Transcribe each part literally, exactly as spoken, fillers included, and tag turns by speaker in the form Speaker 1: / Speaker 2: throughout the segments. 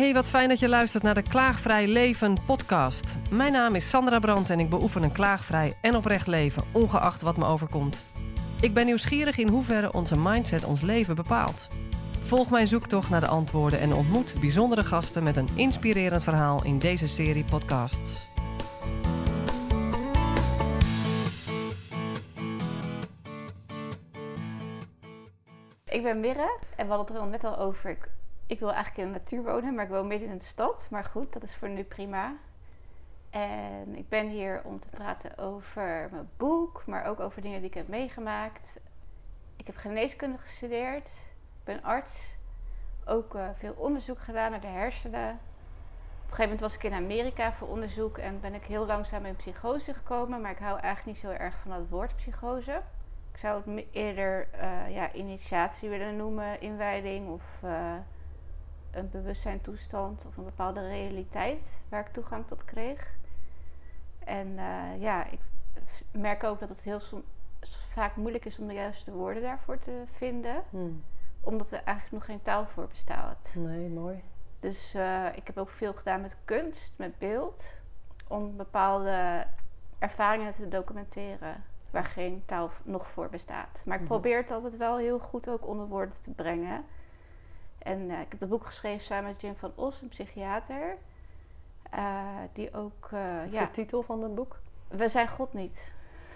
Speaker 1: Hey, wat fijn dat je luistert naar de Klaagvrij Leven podcast. Mijn naam is Sandra Brandt en ik beoefen een klaagvrij en oprecht leven, ongeacht wat me overkomt. Ik ben nieuwsgierig in hoeverre onze mindset ons leven bepaalt. Volg mijn zoektocht naar de antwoorden en ontmoet bijzondere gasten met een inspirerend verhaal in deze serie podcasts.
Speaker 2: Ik ben Mirre en we hadden het er net al over. Ik, ik wil eigenlijk in de natuur wonen, maar ik woon midden in de stad. Maar goed, dat is voor nu prima. En ik ben hier om te praten over mijn boek, maar ook over dingen die ik heb meegemaakt. Ik heb geneeskunde gestudeerd. Ik ben arts. Ook uh, veel onderzoek gedaan naar de hersenen. Op een gegeven moment was ik in Amerika voor onderzoek en ben ik heel langzaam in psychose gekomen. Maar ik hou eigenlijk niet zo erg van het woord psychose. Ik zou het eerder uh, ja, initiatie willen noemen, inwijding of uh, een bewustzijntoestand of een bepaalde realiteit waar ik toegang tot kreeg. En uh, ja, ik merk ook dat het heel som, vaak moeilijk is om de juiste woorden daarvoor te vinden. Hmm. Omdat er eigenlijk nog geen taal voor bestaat.
Speaker 1: Nee, mooi.
Speaker 2: Dus uh, ik heb ook veel gedaan met kunst, met beeld, om bepaalde ervaringen te documenteren waar geen taal nog voor bestaat. Maar ik probeer het altijd wel heel goed ook onder woorden te brengen. En uh, ik heb dat boek geschreven samen met Jim van Os, een psychiater. Uh, die ook... Uh,
Speaker 1: Wat is
Speaker 2: ja,
Speaker 1: de titel van het boek?
Speaker 2: We zijn God niet.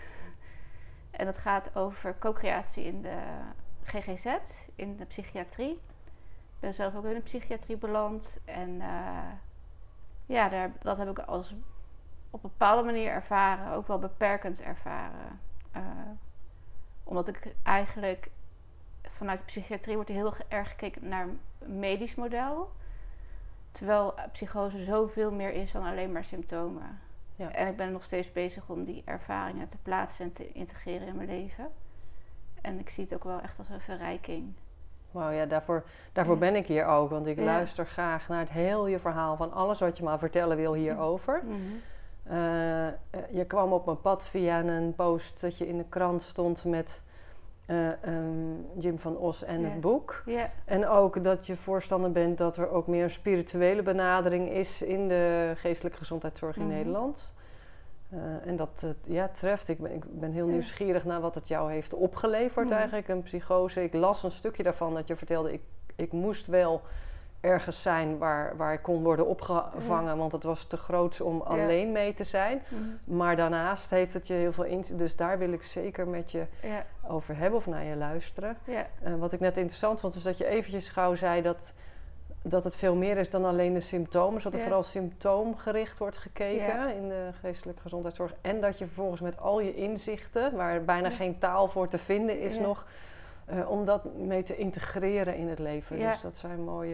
Speaker 2: En dat gaat over co-creatie in de G G Z, in de psychiatrie. Ik ben zelf ook in de psychiatrie beland. En uh, ja, daar, dat heb ik als op een bepaalde manier ervaren. Ook wel beperkend ervaren. Uh, omdat ik eigenlijk vanuit de psychiatrie wordt er heel erg gekeken naar een medisch model. Terwijl psychose zoveel meer is dan alleen maar symptomen. Ja. En ik ben nog steeds bezig om die ervaringen te plaatsen en te integreren in mijn leven. En ik zie het ook wel echt als een verrijking.
Speaker 1: Wauw, ja, daarvoor, daarvoor ja. ben ik hier ook. Want ik ja. luister graag naar het hele verhaal van alles wat je maar vertellen wil hierover. Mm-hmm. Uh, je kwam op mijn pad via een post dat je in de krant stond met uh, um, Jim van Os en yeah. het boek. Yeah. En ook dat je voorstander bent dat er ook meer een spirituele benadering is in de geestelijke gezondheidszorg in mm-hmm. Nederland. Uh, en dat uh, ja, treft. Ik ben, ik ben heel yeah. nieuwsgierig naar wat het jou heeft opgeleverd mm-hmm. eigenlijk, een psychose. Ik las een stukje daarvan dat je vertelde, ik, ik moest wel ergens zijn waar, waar ik kon worden opgevangen, ja. want het was te groots om ja. alleen mee te zijn. Mm-hmm. Maar daarnaast heeft het je heel veel in. Dus daar wil ik zeker met je ja. over hebben of naar je luisteren. Ja. Uh, wat ik net interessant vond, is dat je eventjes gauw zei dat, dat het veel meer is dan alleen de symptomen. Zodat er ja. vooral symptoomgericht wordt gekeken ja. in de geestelijke gezondheidszorg. En dat je vervolgens met al je inzichten, waar bijna ja. geen taal voor te vinden is ja. nog, Uh, om dat mee te integreren in het leven. Ja. Dus dat zijn mooie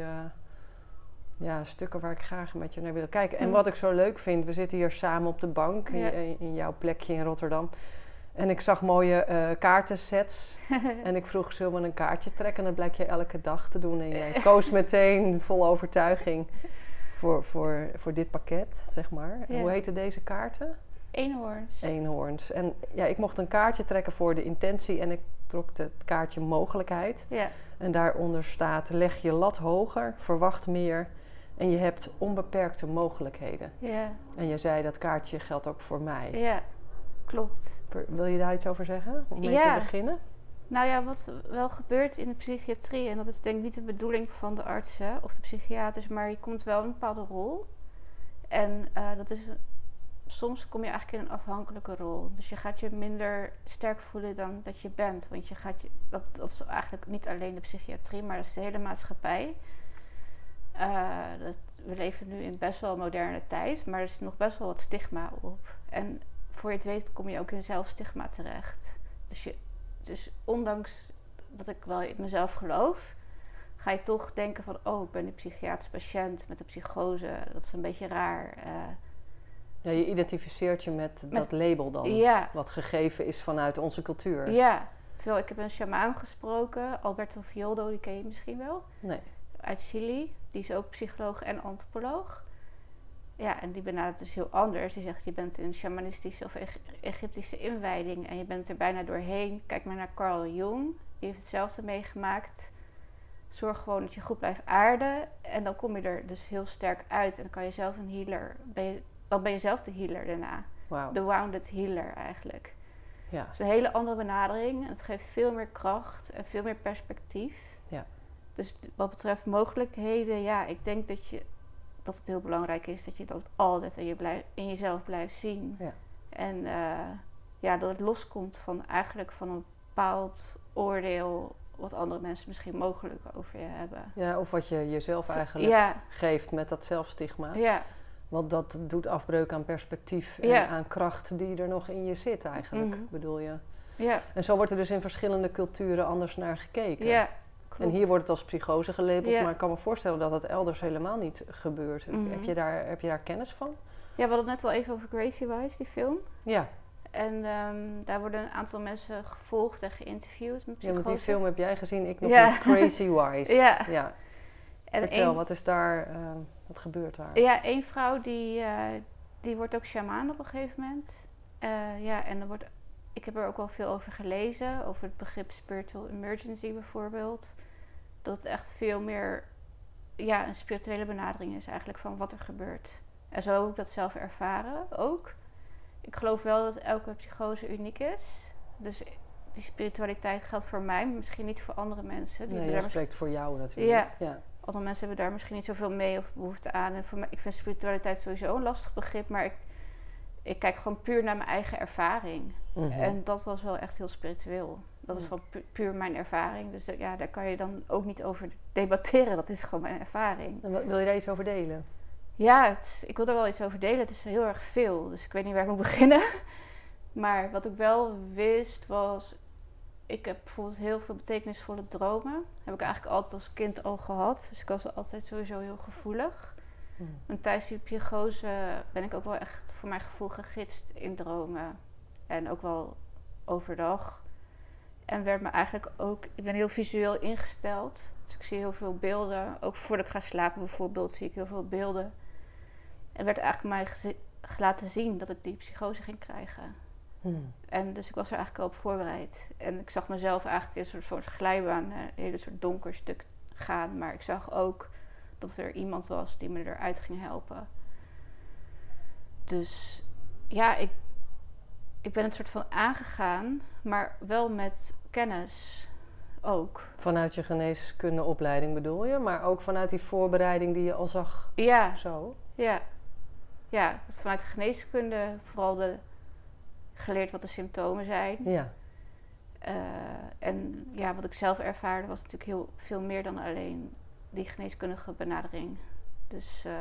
Speaker 1: ja, stukken waar ik graag met je naar wil kijken. En mm. wat ik zo leuk vind, we zitten hier samen op de bank ja. in, in jouw plekje in Rotterdam. En ik zag mooie uh, kaartensets. En ik vroeg, zullen we een kaartje trekken? En dat blijkt je elke dag te doen. En jij koos meteen vol overtuiging voor, voor, voor dit pakket, zeg maar. Ja. Hoe heten deze kaarten?
Speaker 2: Eenhoorns.
Speaker 1: Eenhoorns. En ja, ik mocht een kaartje trekken voor de intentie en ik trok het kaartje mogelijkheid. Ja. En daaronder staat, leg je lat hoger, verwacht meer en je hebt onbeperkte mogelijkheden. Ja. En je zei, dat kaartje geldt ook voor mij.
Speaker 2: Ja, klopt.
Speaker 1: Wil je daar iets over zeggen, om mee ja. te beginnen?
Speaker 2: Nou ja, wat wel gebeurt in de psychiatrie, en dat is denk ik niet de bedoeling van de artsen of de psychiaters, maar je komt wel in een bepaalde rol. En uh, dat is... Soms kom je eigenlijk in een afhankelijke rol. Dus je gaat je minder sterk voelen dan dat je bent. Want je gaat je, dat, dat is eigenlijk niet alleen de psychiatrie, maar dat is de hele maatschappij. Uh, dat, we leven nu in best wel een moderne tijd, maar er is nog best wel wat stigma op. En voor je het weet kom je ook in zelfstigma terecht. Dus, je, dus ondanks dat ik wel in mezelf geloof, ga je toch denken van, oh, ik ben een psychiatrisch patiënt met een psychose. Dat is een beetje raar. Uh,
Speaker 1: Ja, je identificeert je met, met dat label dan, ja. wat gegeven is vanuit onze cultuur.
Speaker 2: Ja, terwijl ik heb een sjamaan gesproken, Alberto Villoldo, die ken je misschien wel.
Speaker 1: Nee.
Speaker 2: Uit Chili, die is ook psycholoog en antropoloog. Ja, en die benadert dus heel anders. Die zegt, je bent in een shamanistische of Egyptische inwijding en je bent er bijna doorheen. Kijk maar naar Carl Jung, die heeft hetzelfde meegemaakt. zorg gewoon dat je goed blijft aarden. En dan kom je er dus heel sterk uit. En dan kan je zelf een healer, ben je, dan ben je zelf de healer daarna.
Speaker 1: Wow.
Speaker 2: De wounded healer eigenlijk.
Speaker 1: Ja.
Speaker 2: Het is een hele andere benadering. Het geeft veel meer kracht en veel meer perspectief.
Speaker 1: Ja.
Speaker 2: Dus wat betreft mogelijkheden, ja, ik denk dat, je, dat het heel belangrijk is dat je dat altijd in, je blijf, in jezelf blijft zien.
Speaker 1: Ja.
Speaker 2: En uh, ja, dat het loskomt van eigenlijk van een bepaald oordeel wat andere mensen misschien mogelijk over je hebben.
Speaker 1: Ja, of wat je jezelf eigenlijk
Speaker 2: ja.
Speaker 1: geeft met dat zelfstigma.
Speaker 2: Ja.
Speaker 1: Want dat doet afbreuk aan perspectief en
Speaker 2: ja.
Speaker 1: aan kracht die er nog in je zit eigenlijk, mm-hmm. bedoel je.
Speaker 2: Ja.
Speaker 1: En zo wordt er dus in verschillende culturen anders naar gekeken.
Speaker 2: Ja, klopt.
Speaker 1: En hier wordt het als psychose gelabeld,
Speaker 2: ja.
Speaker 1: maar ik kan me voorstellen dat het elders helemaal niet gebeurt. Mm-hmm. Heb je daar, heb je daar kennis van?
Speaker 2: Ja, we hadden het net al even over Crazy Wise, die film.
Speaker 1: Ja.
Speaker 2: En um, daar worden een aantal mensen gevolgd en geïnterviewd met psychose.
Speaker 1: Ja, want die film heb jij gezien, ik nog
Speaker 2: ja.
Speaker 1: niet. Crazy Wise.
Speaker 2: ja.
Speaker 1: ja.
Speaker 2: En
Speaker 1: Vertel,
Speaker 2: een,
Speaker 1: wat is daar, uh, wat gebeurt daar?
Speaker 2: Ja, één vrouw die, uh, die wordt ook shamaan op een gegeven moment. Uh, ja, en er wordt, ik heb er ook wel veel over gelezen, over het begrip spiritual emergency bijvoorbeeld. Dat het echt veel meer ja, een spirituele benadering is eigenlijk van wat er gebeurt. En zo heb ik dat zelf ervaren ook. Ik geloof wel dat elke psychose uniek is. Dus die spiritualiteit geldt voor mij, maar misschien niet voor andere mensen. Die
Speaker 1: nee, jij spreekt voor jou natuurlijk.
Speaker 2: Ja.
Speaker 1: ja.
Speaker 2: Andere mensen hebben daar misschien niet zoveel mee of behoefte aan. En voor mij, ik vind spiritualiteit sowieso een lastig begrip, maar ik, ik kijk gewoon puur naar mijn eigen ervaring. Mm-hmm. En dat was wel echt heel spiritueel. Dat is mm. gewoon pu- puur mijn ervaring. Dus ja, daar kan je dan ook niet over debatteren. Dat is gewoon mijn ervaring.
Speaker 1: En wat, wil je daar iets over delen?
Speaker 2: Ja, het is, ik wil er wel iets over delen. Het is heel erg veel, dus ik weet niet waar ik moet beginnen. Maar wat ik wel wist was... Ik heb bijvoorbeeld heel veel betekenisvolle dromen. Heb ik eigenlijk altijd als kind al gehad. Dus ik was altijd sowieso heel gevoelig. Hmm. En tijdens die psychose ben ik ook wel echt voor mijn gevoel gegidst in dromen. En ook wel overdag. En werd me eigenlijk ook... Ik ben heel visueel ingesteld. Dus ik zie heel veel beelden. Ook voordat ik ga slapen bijvoorbeeld zie ik heel veel beelden. En werd eigenlijk mij gezi- laten zien dat ik die psychose ging krijgen. Hmm. En dus ik was er eigenlijk al op voorbereid. En ik zag mezelf eigenlijk in een soort, soort glijbaan, een hele soort donker stuk gaan. Maar ik zag ook dat er iemand was die me eruit ging helpen. Dus ja, ik, ik ben het soort van aangegaan, maar wel met kennis ook.
Speaker 1: Vanuit je geneeskundeopleiding bedoel je? Maar ook vanuit die voorbereiding die je al zag?
Speaker 2: Ja.
Speaker 1: Zo?
Speaker 2: Ja. Ja, vanuit de geneeskunde vooral de... geleerd wat de symptomen zijn.
Speaker 1: Ja.
Speaker 2: Uh, en ja, wat ik zelf ervaarde was natuurlijk heel veel meer dan alleen die geneeskundige benadering. Dus uh,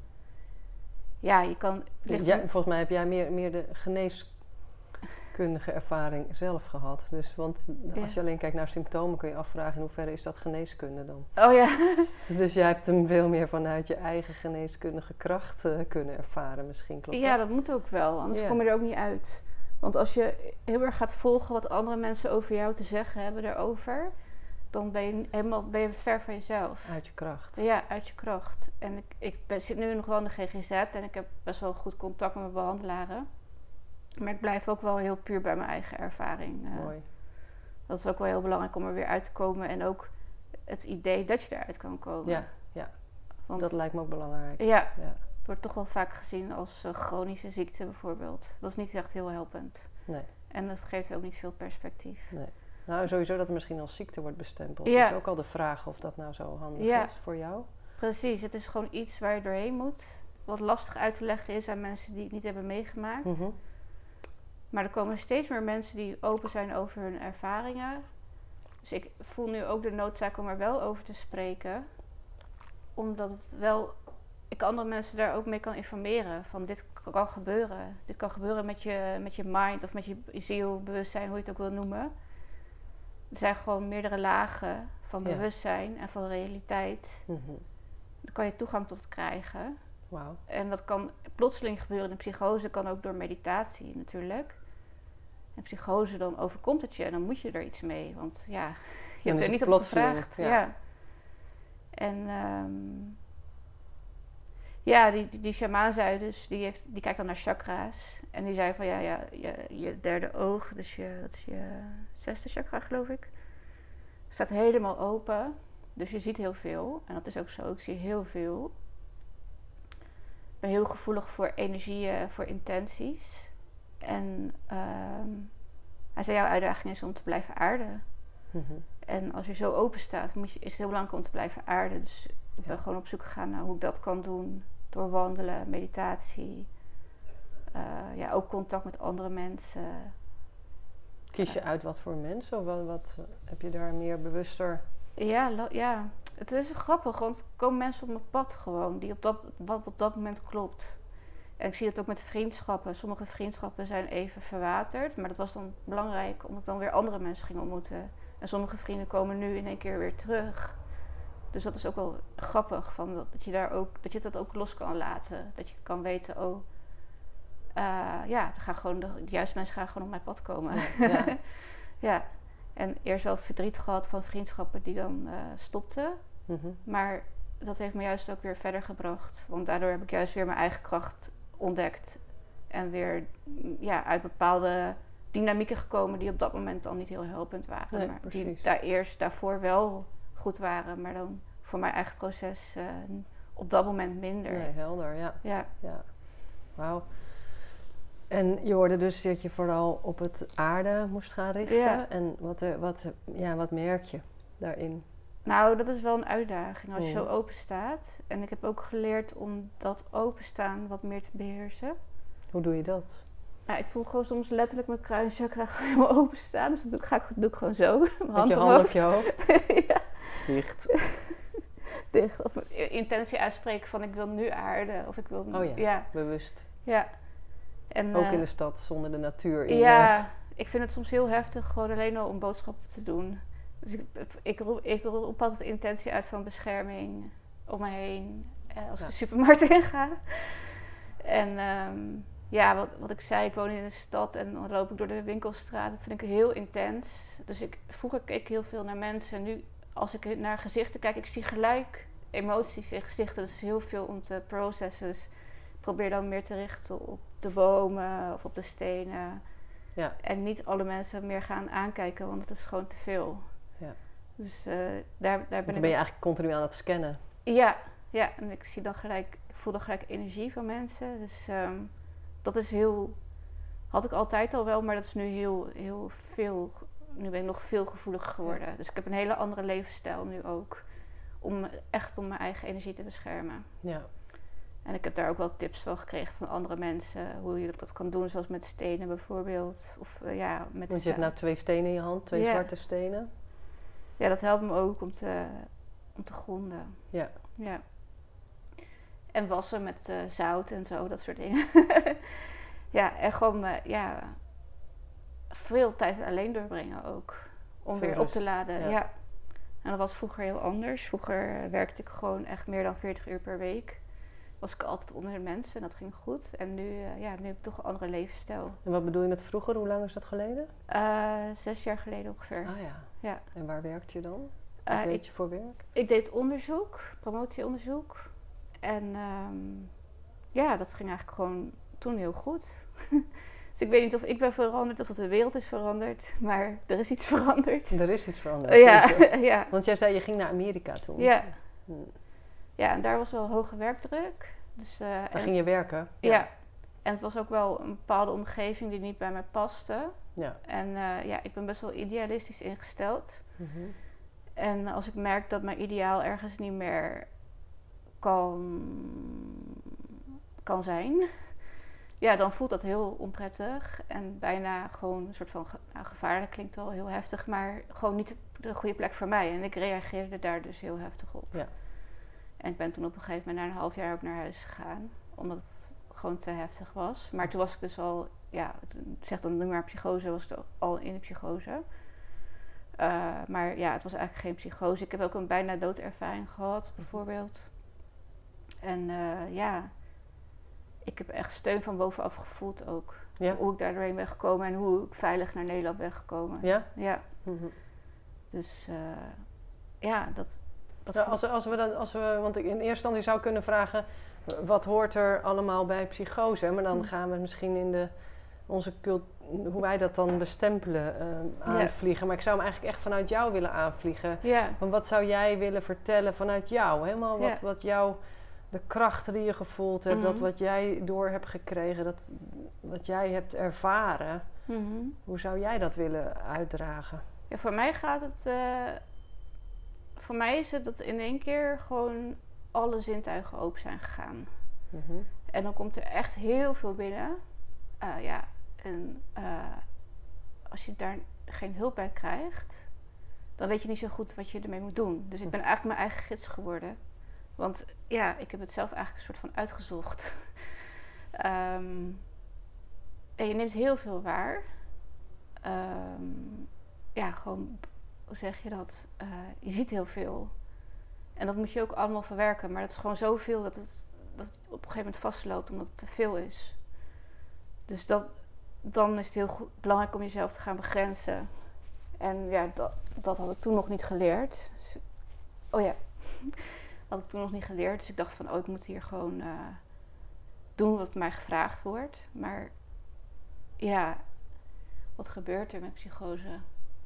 Speaker 2: ja, je kan...
Speaker 1: Ja, volgens mij heb jij meer, meer de geneeskundige ervaring zelf gehad. Dus, want ja. als je alleen kijkt naar symptomen kun je afvragen in hoeverre is dat geneeskunde dan.
Speaker 2: Oh ja.
Speaker 1: Dus jij hebt hem veel meer vanuit je eigen geneeskundige kracht uh, kunnen ervaren misschien, klopt
Speaker 2: Ja,
Speaker 1: dat?
Speaker 2: dat moet ook wel, anders
Speaker 1: ja.
Speaker 2: kom je er ook niet uit. Want als je heel erg gaat volgen wat andere mensen over jou te zeggen hebben daarover, dan ben je helemaal ben je ver van jezelf.
Speaker 1: Uit je kracht.
Speaker 2: Ja, uit je kracht. En ik, ik ben, zit nu nog wel in de G G Z en ik heb best wel goed contact met mijn behandelaren. Maar ik blijf ook wel heel puur bij mijn eigen ervaring. Uh,
Speaker 1: Mooi.
Speaker 2: Dat is ook wel heel belangrijk om er weer uit te komen. En ook het idee dat je eruit kan komen.
Speaker 1: Ja, ja.
Speaker 2: Want,
Speaker 1: dat lijkt me ook belangrijk.
Speaker 2: Ja,
Speaker 1: ja.
Speaker 2: Het wordt toch wel vaak gezien als uh, chronische ziekte bijvoorbeeld. Dat is niet echt heel helpend.
Speaker 1: Nee.
Speaker 2: En dat geeft ook niet veel perspectief.
Speaker 1: Nee. Nou, sowieso dat het misschien als ziekte wordt bestempeld.
Speaker 2: Ja.
Speaker 1: Dat is ook al de vraag of dat nou zo handig
Speaker 2: ja.
Speaker 1: is voor jou.
Speaker 2: Precies, het is gewoon iets waar je doorheen moet. Wat lastig uit te leggen is aan mensen die het niet hebben meegemaakt.
Speaker 1: Mm-hmm.
Speaker 2: Maar er komen steeds meer mensen die open zijn over hun ervaringen. Dus ik voel nu ook de noodzaak om er wel over te spreken. Omdat het wel... ik andere mensen daar ook mee kan informeren. Van dit kan gebeuren. Dit kan gebeuren met je, met je mind of met je ziel, bewustzijn, hoe je het ook wil noemen. Er zijn gewoon meerdere lagen van bewustzijn ja. en van realiteit.
Speaker 1: Mm-hmm.
Speaker 2: Dan kan je toegang tot krijgen.
Speaker 1: Wow.
Speaker 2: En dat kan plotseling gebeuren in psychose, kan ook door meditatie natuurlijk. En psychose, dan overkomt het je en dan moet je er iets mee. Want ja, je hebt er niet op gevraagd. Ja. ja. En um, ja, die, die, die shamaan zei dus, die, heeft, die kijkt dan naar chakra's. En die zei van ja, ja je, je derde oog, dus je, dat is je zesde chakra geloof ik, staat helemaal open. Dus je ziet heel veel. En dat is ook zo. Ik zie heel veel. Ik ben heel gevoelig voor energieën, voor intenties. En um, hij zei, jouw uitdaging is om te blijven aarden. Mm-hmm. En als je zo open staat, moet je, is het heel belangrijk om te blijven aarden. Dus ik ben ja. gewoon op zoek gegaan naar hoe ik dat kan doen. Door wandelen, meditatie. Uh, ja, ook contact met andere mensen.
Speaker 1: Kies je uh, uit wat voor mensen? Of wat, wat heb je daar meer bewuster?
Speaker 2: Ja, lo- ja, het is grappig. Want er komen mensen op mijn pad gewoon. Die op dat, wat op dat moment klopt. En ik zie het ook met vriendschappen. Sommige vriendschappen zijn even verwaterd. Maar dat was dan belangrijk omdat ik dan weer andere mensen ging ontmoeten. En sommige vrienden komen nu in één keer weer terug. Dus dat is ook wel grappig. Van dat, dat, je daar ook, dat je dat ook los kan laten. Dat je kan weten, oh... Uh, ja, er gaan gewoon de, de juiste mensen gaan gewoon op mijn pad komen. Ja, ja. ja. En eerst wel verdriet gehad van vriendschappen die dan uh, stopten. Mm-hmm. Maar dat heeft me juist ook weer verder gebracht. Want daardoor heb ik juist weer mijn eigen kracht ontdekt. En weer ja, uit bepaalde dynamieken gekomen die op dat moment dan niet heel helpend waren.
Speaker 1: Nee,
Speaker 2: maar
Speaker 1: precies.
Speaker 2: die daar eerst daarvoor wel goed waren. Maar dan voor mijn eigen proces uh, op dat moment minder.
Speaker 1: Nee, helder, ja.
Speaker 2: Ja.
Speaker 1: ja. Wauw. En je hoorde dus dat je vooral op het aarde moest gaan richten.
Speaker 2: Ja.
Speaker 1: En wat, wat, ja, wat merk je daarin?
Speaker 2: Nou, dat is wel een uitdaging als je
Speaker 1: mm.
Speaker 2: zo open staat. En ik heb ook geleerd om dat openstaan wat meer te beheersen.
Speaker 1: Hoe doe je dat?
Speaker 2: Nou, ik voel gewoon soms letterlijk mijn kruinchakra helemaal openstaan. Dus dat doe, ga ik, doe ik gewoon zo. Mijn
Speaker 1: Met
Speaker 2: hand
Speaker 1: je hand op je hoofd?
Speaker 2: ja.
Speaker 1: Dicht.
Speaker 2: Dicht. Of intentie uitspreken van ik wil nu aarden. Of ik wil...
Speaker 1: Oh ja,
Speaker 2: ja.
Speaker 1: bewust.
Speaker 2: Ja. En,
Speaker 1: ook
Speaker 2: uh,
Speaker 1: in de stad, zonder de natuur. In
Speaker 2: ja,
Speaker 1: de...
Speaker 2: ik vind het soms heel heftig gewoon alleen al om boodschappen te doen. Dus ik, ik, roep, ik roep altijd de intentie uit van bescherming om me heen. Eh, als ja. ik de supermarkt in ga. En um, ja, wat, wat ik zei, ik woon in de stad en dan loop ik door de winkelstraat. Dat vind ik heel intens. Dus ik, vroeger keek ik heel veel naar mensen. Nu, als ik naar gezichten kijk, ik zie gelijk emoties in gezichten. Dus heel veel om te processen. Dus ik probeer dan meer te richten op de bomen of op de stenen.
Speaker 1: Ja.
Speaker 2: En niet alle mensen meer gaan aankijken, want het is gewoon te veel.
Speaker 1: Ja.
Speaker 2: Dus uh, daar, daar ben
Speaker 1: dan
Speaker 2: ik...
Speaker 1: ben je eigenlijk continu aan het scannen.
Speaker 2: Ja, ja, en ik zie dan gelijk, ik voel dan gelijk energie van mensen. Dus um, dat is heel, had ik altijd al wel, maar dat is nu heel, heel veel, nu ben ik nog veel gevoeliger geworden. Ja. Dus ik heb een hele andere levensstijl nu ook, om echt om mijn eigen energie te beschermen.
Speaker 1: Ja.
Speaker 2: En ik heb daar ook wel tips van gekregen van andere mensen, hoe je dat kan doen, zoals met stenen bijvoorbeeld. Of uh, ja, met
Speaker 1: Want je hebt nou twee stenen in je hand, twee
Speaker 2: ja.
Speaker 1: zwarte stenen.
Speaker 2: Ja, dat helpt me ook om te, om te gronden.
Speaker 1: Ja.
Speaker 2: Ja. En wassen met uh, zout en zo, dat soort dingen. ja, en gewoon uh, ja, veel tijd alleen doorbrengen ook. Om veel weer rust. Op te laden. Ja. ja. En dat was vroeger heel anders. Vroeger uh, werkte ik gewoon echt meer dan veertig uur per week. Was ik altijd onder de mensen en dat ging goed. En nu, uh, ja, nu heb ik toch een andere levensstijl.
Speaker 1: En wat bedoel je met vroeger? Hoe lang is dat geleden?
Speaker 2: Uh, zes jaar geleden ongeveer.
Speaker 1: Ah ja.
Speaker 2: ja.
Speaker 1: En waar werkte je dan? Wat
Speaker 2: Uh,
Speaker 1: deed
Speaker 2: ik,
Speaker 1: je voor werk?
Speaker 2: Ik deed onderzoek, promotieonderzoek. En um, ja, dat ging eigenlijk gewoon toen heel goed. Dus ik weet niet of ik ben veranderd of of de wereld is veranderd. Maar er is iets veranderd.
Speaker 1: Er is iets veranderd.
Speaker 2: Ja, ja.
Speaker 1: Want jij zei je ging naar Amerika toen.
Speaker 2: Ja. Hm. Ja, en daar was wel hoge werkdruk. Dus, uh,
Speaker 1: daar
Speaker 2: en,
Speaker 1: ging je werken?
Speaker 2: Ja. ja. En het was ook wel een bepaalde omgeving die niet bij mij paste.
Speaker 1: Ja.
Speaker 2: En uh, ja, ik ben best wel idealistisch ingesteld.
Speaker 1: Mm-hmm.
Speaker 2: En als ik merk dat mijn ideaal ergens niet meer kan, kan zijn, ja, dan voelt dat heel onprettig. En bijna gewoon een soort van, nou, gevaarlijk klinkt wel heel heftig, maar gewoon niet de goede plek voor mij. En ik reageerde daar dus heel heftig op.
Speaker 1: Ja.
Speaker 2: En ik ben toen op een gegeven moment na een half jaar ook naar huis gegaan, omdat het gewoon te heftig was. Maar toen was ik dus al, ja, het zegt dan nu maar psychose, was ik al in de psychose. Uh, maar ja, het was eigenlijk geen psychose. Ik heb ook een bijna doodervaring gehad, bijvoorbeeld. En uh, ja, ik heb echt steun van bovenaf gevoeld ook.
Speaker 1: Ja.
Speaker 2: Hoe ik daar doorheen ben gekomen en hoe ik veilig naar Nederland ben gekomen.
Speaker 1: Ja?
Speaker 2: Ja.
Speaker 1: Mm-hmm.
Speaker 2: Dus uh, ja, dat... dat
Speaker 1: nou, als, als we dan, als we, want ik in eerste instantie zou kunnen vragen, wat hoort er allemaal bij psychose? Maar dan mm. gaan we misschien in de... Onze cult, hoe wij dat dan bestempelen, uh, aanvliegen. Ja. Maar ik zou hem eigenlijk echt vanuit jou willen aanvliegen. Ja. Van wat zou jij willen vertellen vanuit jou? Helemaal wat, ja. wat jou, de krachten die je gevoeld hebt, mm-hmm. dat wat jij door hebt gekregen, dat wat jij hebt ervaren. Mm-hmm. Hoe zou jij dat willen uitdragen?
Speaker 2: Ja, voor mij gaat het... Uh, voor mij is het dat in één keer gewoon alle zintuigen open zijn gegaan. Mm-hmm. En dan komt er echt heel veel binnen. Uh, ja, en uh, als je daar geen hulp bij krijgt, dan weet je niet zo goed wat je ermee moet doen. Dus ik ben eigenlijk mijn eigen gids geworden. Want ja, ik heb het zelf eigenlijk een soort van uitgezocht. um, en je neemt heel veel waar. Um, ja, gewoon, hoe zeg je dat? Uh, je ziet heel veel. En dat moet je ook allemaal verwerken. Maar dat is gewoon zoveel dat het, dat het op een gegeven moment vastloopt omdat het te veel is. Dus dat, dan is het heel goed, belangrijk om jezelf te gaan begrenzen. En ja, dat, dat had ik toen nog niet geleerd. Dus, oh ja, dat had ik toen nog niet geleerd. Dus ik dacht van, oh, ik moet hier gewoon uh, doen wat mij gevraagd wordt. Maar ja, wat gebeurt er met psychose?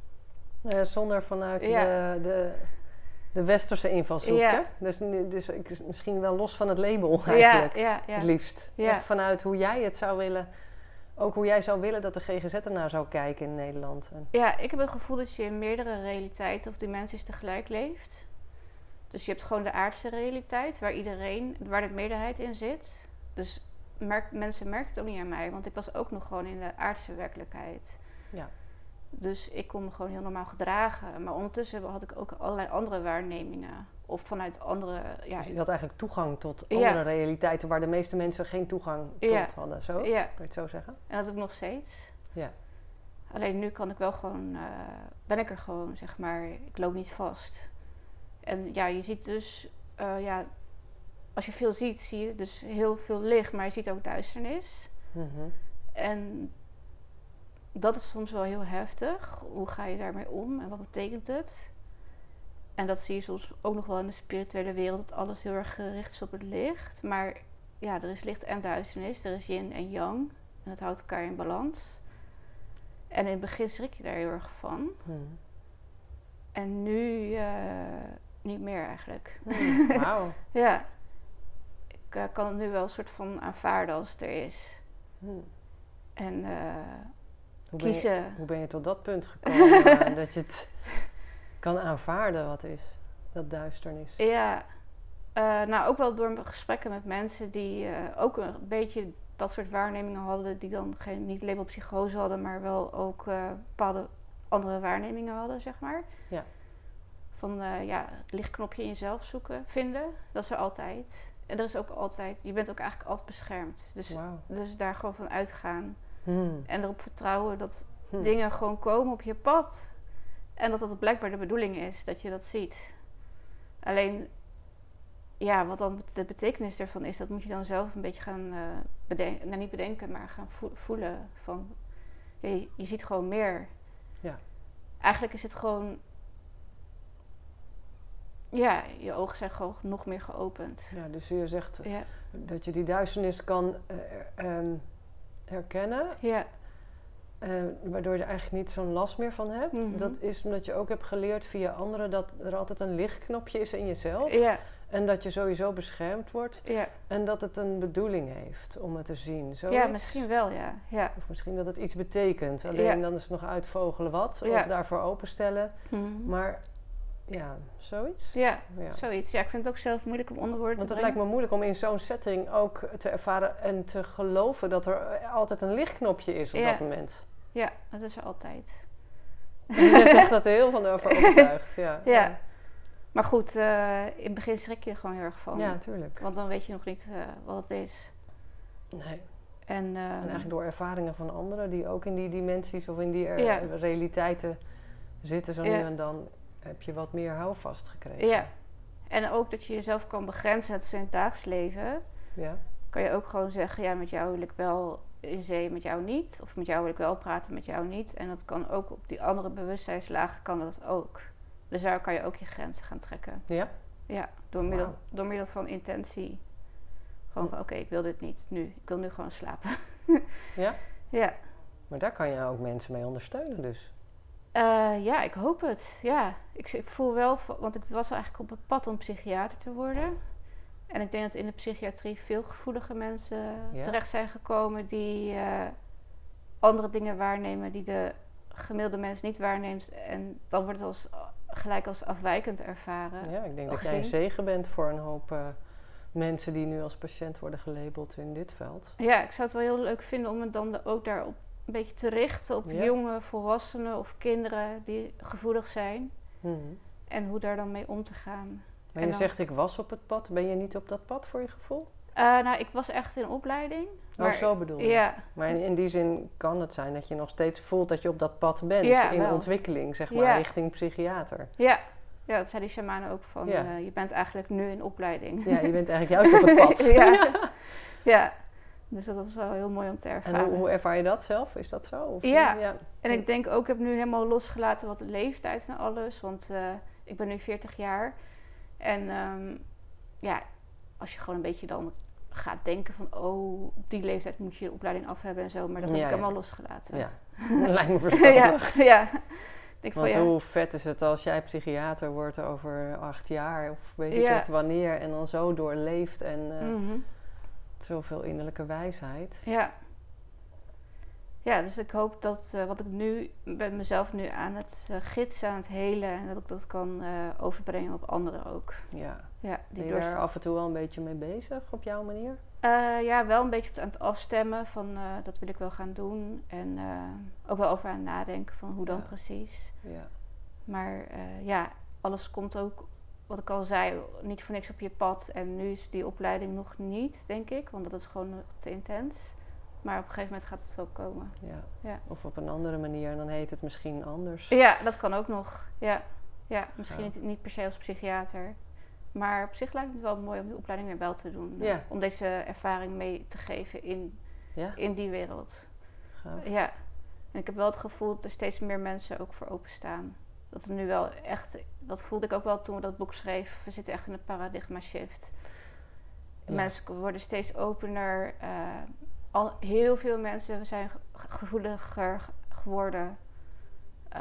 Speaker 1: Ja, zonder vanuit ja. de, de, de westerse invalshoek. Ja. Dus, dus ik, misschien wel los van het label eigenlijk. Ja, ja, ja. Het liefst. Ja. Echt vanuit hoe jij het zou willen. Ook hoe jij zou willen dat de G G Z ernaar zou kijken in Nederland.
Speaker 2: Ja, ik heb het gevoel dat je in meerdere realiteiten of dimensies tegelijk leeft. Dus je hebt gewoon de aardse realiteit waar iedereen, waar de meerderheid in zit. Dus merk, mensen merken het ook niet aan mij, want ik was ook nog gewoon in de aardse werkelijkheid. Ja. Dus ik kon me gewoon heel normaal gedragen. Maar ondertussen had ik ook allerlei andere waarnemingen. Of vanuit andere... Ja,
Speaker 1: dus je had eigenlijk toegang tot andere ja. realiteiten waar de meeste mensen geen toegang tot ja. hadden. Zo? Ja. Kan je het zo zeggen?
Speaker 2: En dat heb ik nog steeds. Ja. Alleen nu kan ik wel gewoon... Uh, ben ik er gewoon, zeg maar. Ik loop niet vast. En ja, je ziet dus... Uh, ja, als je veel ziet, zie je dus heel veel licht. Maar je ziet ook duisternis. Mm-hmm. En... dat is soms wel heel heftig. Hoe ga je daarmee om en wat betekent het? En dat zie je soms ook nog wel in de spirituele wereld, dat alles heel erg gericht is op het licht. Maar ja, er is licht en duisternis, er is yin en yang. En dat houdt elkaar in balans. En in het begin schrik je daar heel erg van. Hmm. En nu uh, niet meer eigenlijk.
Speaker 1: Hmm. Wauw.
Speaker 2: Ja. Ik uh, kan het nu wel een soort van aanvaarden als het er is. Hmm. En... Uh,
Speaker 1: Hoe ben,
Speaker 2: kiezen.
Speaker 1: je, hoe ben je tot dat punt gekomen? uh, dat je het kan aanvaarden wat is, dat duisternis?
Speaker 2: Ja, uh, nou ook wel door gesprekken met mensen die uh, ook een beetje dat soort waarnemingen hadden. Die dan geen, niet label psychose hadden, maar wel ook uh, bepaalde andere waarnemingen hadden, zeg maar. Ja. Van uh, ja, het lichtknopje in jezelf zoeken, vinden. Dat is er altijd. En er is ook altijd, je bent ook eigenlijk altijd beschermd. Dus, wow. dus daar gewoon van uitgaan. Hmm. En erop vertrouwen dat hmm. dingen gewoon komen op je pad. En dat dat blijkbaar de bedoeling is, dat je dat ziet. Alleen, ja, wat dan de betekenis ervan is, dat moet je dan zelf een beetje gaan uh, bedenken. Nou, niet bedenken, maar gaan vo- voelen. Van, ja, je, je ziet gewoon meer. Ja. Eigenlijk is het gewoon... Ja, je ogen zijn gewoon nog meer geopend.
Speaker 1: Ja, dus je zegt ja. dat je die duisternis kan... Uh, um, herkennen, ja. uh, waardoor je er eigenlijk niet zo'n last meer van hebt. Mm-hmm. Dat is omdat je ook hebt geleerd via anderen dat er altijd een lichtknopje is in jezelf. Ja. En dat je sowieso beschermd wordt. Ja. En dat het een bedoeling heeft om het te zien. Zoiets?
Speaker 2: Ja, misschien wel, ja. ja.
Speaker 1: Of misschien dat het iets betekent. Alleen ja. dan is het nog uitvogelen wat. Ja. Of daarvoor openstellen. Mm-hmm. Maar... ja, zoiets?
Speaker 2: Ja, ja, zoiets. Ja, ik vind het ook zelf moeilijk om onder woorden te
Speaker 1: Want het
Speaker 2: brengen.
Speaker 1: lijkt me moeilijk om in zo'n setting ook te ervaren en te geloven dat er altijd een lichtknopje is op ja. dat moment.
Speaker 2: Ja, dat is er altijd.
Speaker 1: Je zegt dat er heel van over overtuigd. Ja.
Speaker 2: ja. ja. Maar goed, uh, in het begin schrik je er gewoon heel erg van.
Speaker 1: Ja, tuurlijk.
Speaker 2: Want dan weet je nog niet uh, wat het is.
Speaker 1: Nee.
Speaker 2: En, uh,
Speaker 1: en eigenlijk door ervaringen van anderen die ook in die dimensies of in die er- ja. realiteiten zitten zo ja. nu en dan... heb je wat meer houvast gekregen.
Speaker 2: Ja. En ook dat je jezelf kan begrenzen. Het is in het dagelijks leven. Ja. Kan je ook gewoon zeggen... ja, met jou wil ik wel in zee, met jou niet. Of met jou wil ik wel praten, met jou niet. En dat kan ook op die andere bewustzijnslagen kan dat ook. Dus daar kan je ook je grenzen gaan trekken. Ja? Ja, door middel, wow. door middel van intentie. Gewoon van, oké, okay, ik wil dit niet nu. Ik wil nu gewoon slapen.
Speaker 1: Ja?
Speaker 2: Ja.
Speaker 1: Maar daar kan je ook mensen mee ondersteunen dus.
Speaker 2: Uh, ja, ik hoop het. Ja, ik, ik voel wel, want ik was eigenlijk op het pad om psychiater te worden. En ik denk dat in de psychiatrie veel gevoelige mensen ja. terecht zijn gekomen die uh, andere dingen waarnemen die de gemiddelde mens niet waarneemt. En dan wordt het als, gelijk als afwijkend ervaren.
Speaker 1: Ja, ik denk dat
Speaker 2: gezien.
Speaker 1: jij een zegen bent voor een hoop uh, mensen die nu als patiënt worden gelabeld in dit veld.
Speaker 2: Ja, ik zou het wel heel leuk vinden om me dan ook daarop een beetje te richten op ja. jonge volwassenen of kinderen die gevoelig zijn. Mm-hmm. En hoe daar dan mee om te gaan.
Speaker 1: Maar je dan, zegt ik was op het pad. Ben je niet op dat pad voor je gevoel?
Speaker 2: Uh, nou, ik was echt in opleiding.
Speaker 1: Maar, oh, zo bedoel je?
Speaker 2: Ja.
Speaker 1: Maar in, in die zin kan het zijn dat je nog steeds voelt dat je op dat pad bent.
Speaker 2: Ja,
Speaker 1: in
Speaker 2: wel.
Speaker 1: ontwikkeling, zeg maar,
Speaker 2: ja.
Speaker 1: richting psychiater.
Speaker 2: Ja. Ja, dat zei die shamanen ook van,
Speaker 1: ja.
Speaker 2: uh, je bent eigenlijk nu in opleiding.
Speaker 1: Ja, je bent eigenlijk juist op het pad.
Speaker 2: ja. ja. ja. Dus dat was wel heel mooi om te ervaren.
Speaker 1: En hoe, hoe ervaar je dat zelf? Is dat zo? Of
Speaker 2: ja.
Speaker 1: ja,
Speaker 2: en ik denk ook, ik heb nu helemaal losgelaten wat de leeftijd en alles. Want uh, ik ben nu veertig jaar. En um, ja, als je gewoon een beetje dan gaat denken van... oh, op die leeftijd moet je de opleiding af hebben en zo. Maar dat heb ja, ik helemaal ja. losgelaten.
Speaker 1: Ja, dat lijkt me verstandig.
Speaker 2: ja, ja.
Speaker 1: Ik Want van, ja. hoe vet is het als jij psychiater wordt over acht jaar... of weet ik
Speaker 2: ja.
Speaker 1: het wanneer en dan zo doorleeft en... Uh,
Speaker 2: mm-hmm.
Speaker 1: zoveel innerlijke wijsheid.
Speaker 2: Ja. Ja, dus ik hoop dat uh, wat ik nu... ben mezelf nu aan het uh, gidsen, aan het helen... en dat ik dat kan uh, overbrengen op anderen ook.
Speaker 1: Ja.
Speaker 2: ja die
Speaker 1: ben je
Speaker 2: dorst...
Speaker 1: daar af en toe wel een beetje mee bezig op jouw manier?
Speaker 2: Uh, ja, wel een beetje aan het afstemmen van uh, dat wil ik wel gaan doen. En uh, ook wel over aan het nadenken van hoe dan ja. precies.
Speaker 1: Ja.
Speaker 2: Maar uh, ja, alles komt ook... wat ik al zei, niet voor niks op je pad. En nu is die opleiding nog niet, denk ik. Want dat is gewoon nog te intens. Maar op een gegeven moment gaat het wel komen.
Speaker 1: Ja.
Speaker 2: Ja.
Speaker 1: Of op een andere manier. En dan heet het misschien anders.
Speaker 2: Ja, dat kan ook nog. Ja, ja misschien
Speaker 1: ja.
Speaker 2: Niet, niet per se als psychiater. Maar op zich lijkt het wel mooi om die opleiding er wel te doen.
Speaker 1: Ja.
Speaker 2: Om deze ervaring mee te geven in,
Speaker 1: ja.
Speaker 2: in die wereld.
Speaker 1: Gaaf.
Speaker 2: Ja. En ik heb wel het gevoel dat er steeds meer mensen ook voor openstaan. Dat er nu wel echt... Dat voelde ik ook wel toen we dat boek schreef. We zitten echt in een paradigma shift. Ja. Mensen worden steeds opener. Uh, al, heel veel mensen zijn gevoeliger geworden. Uh,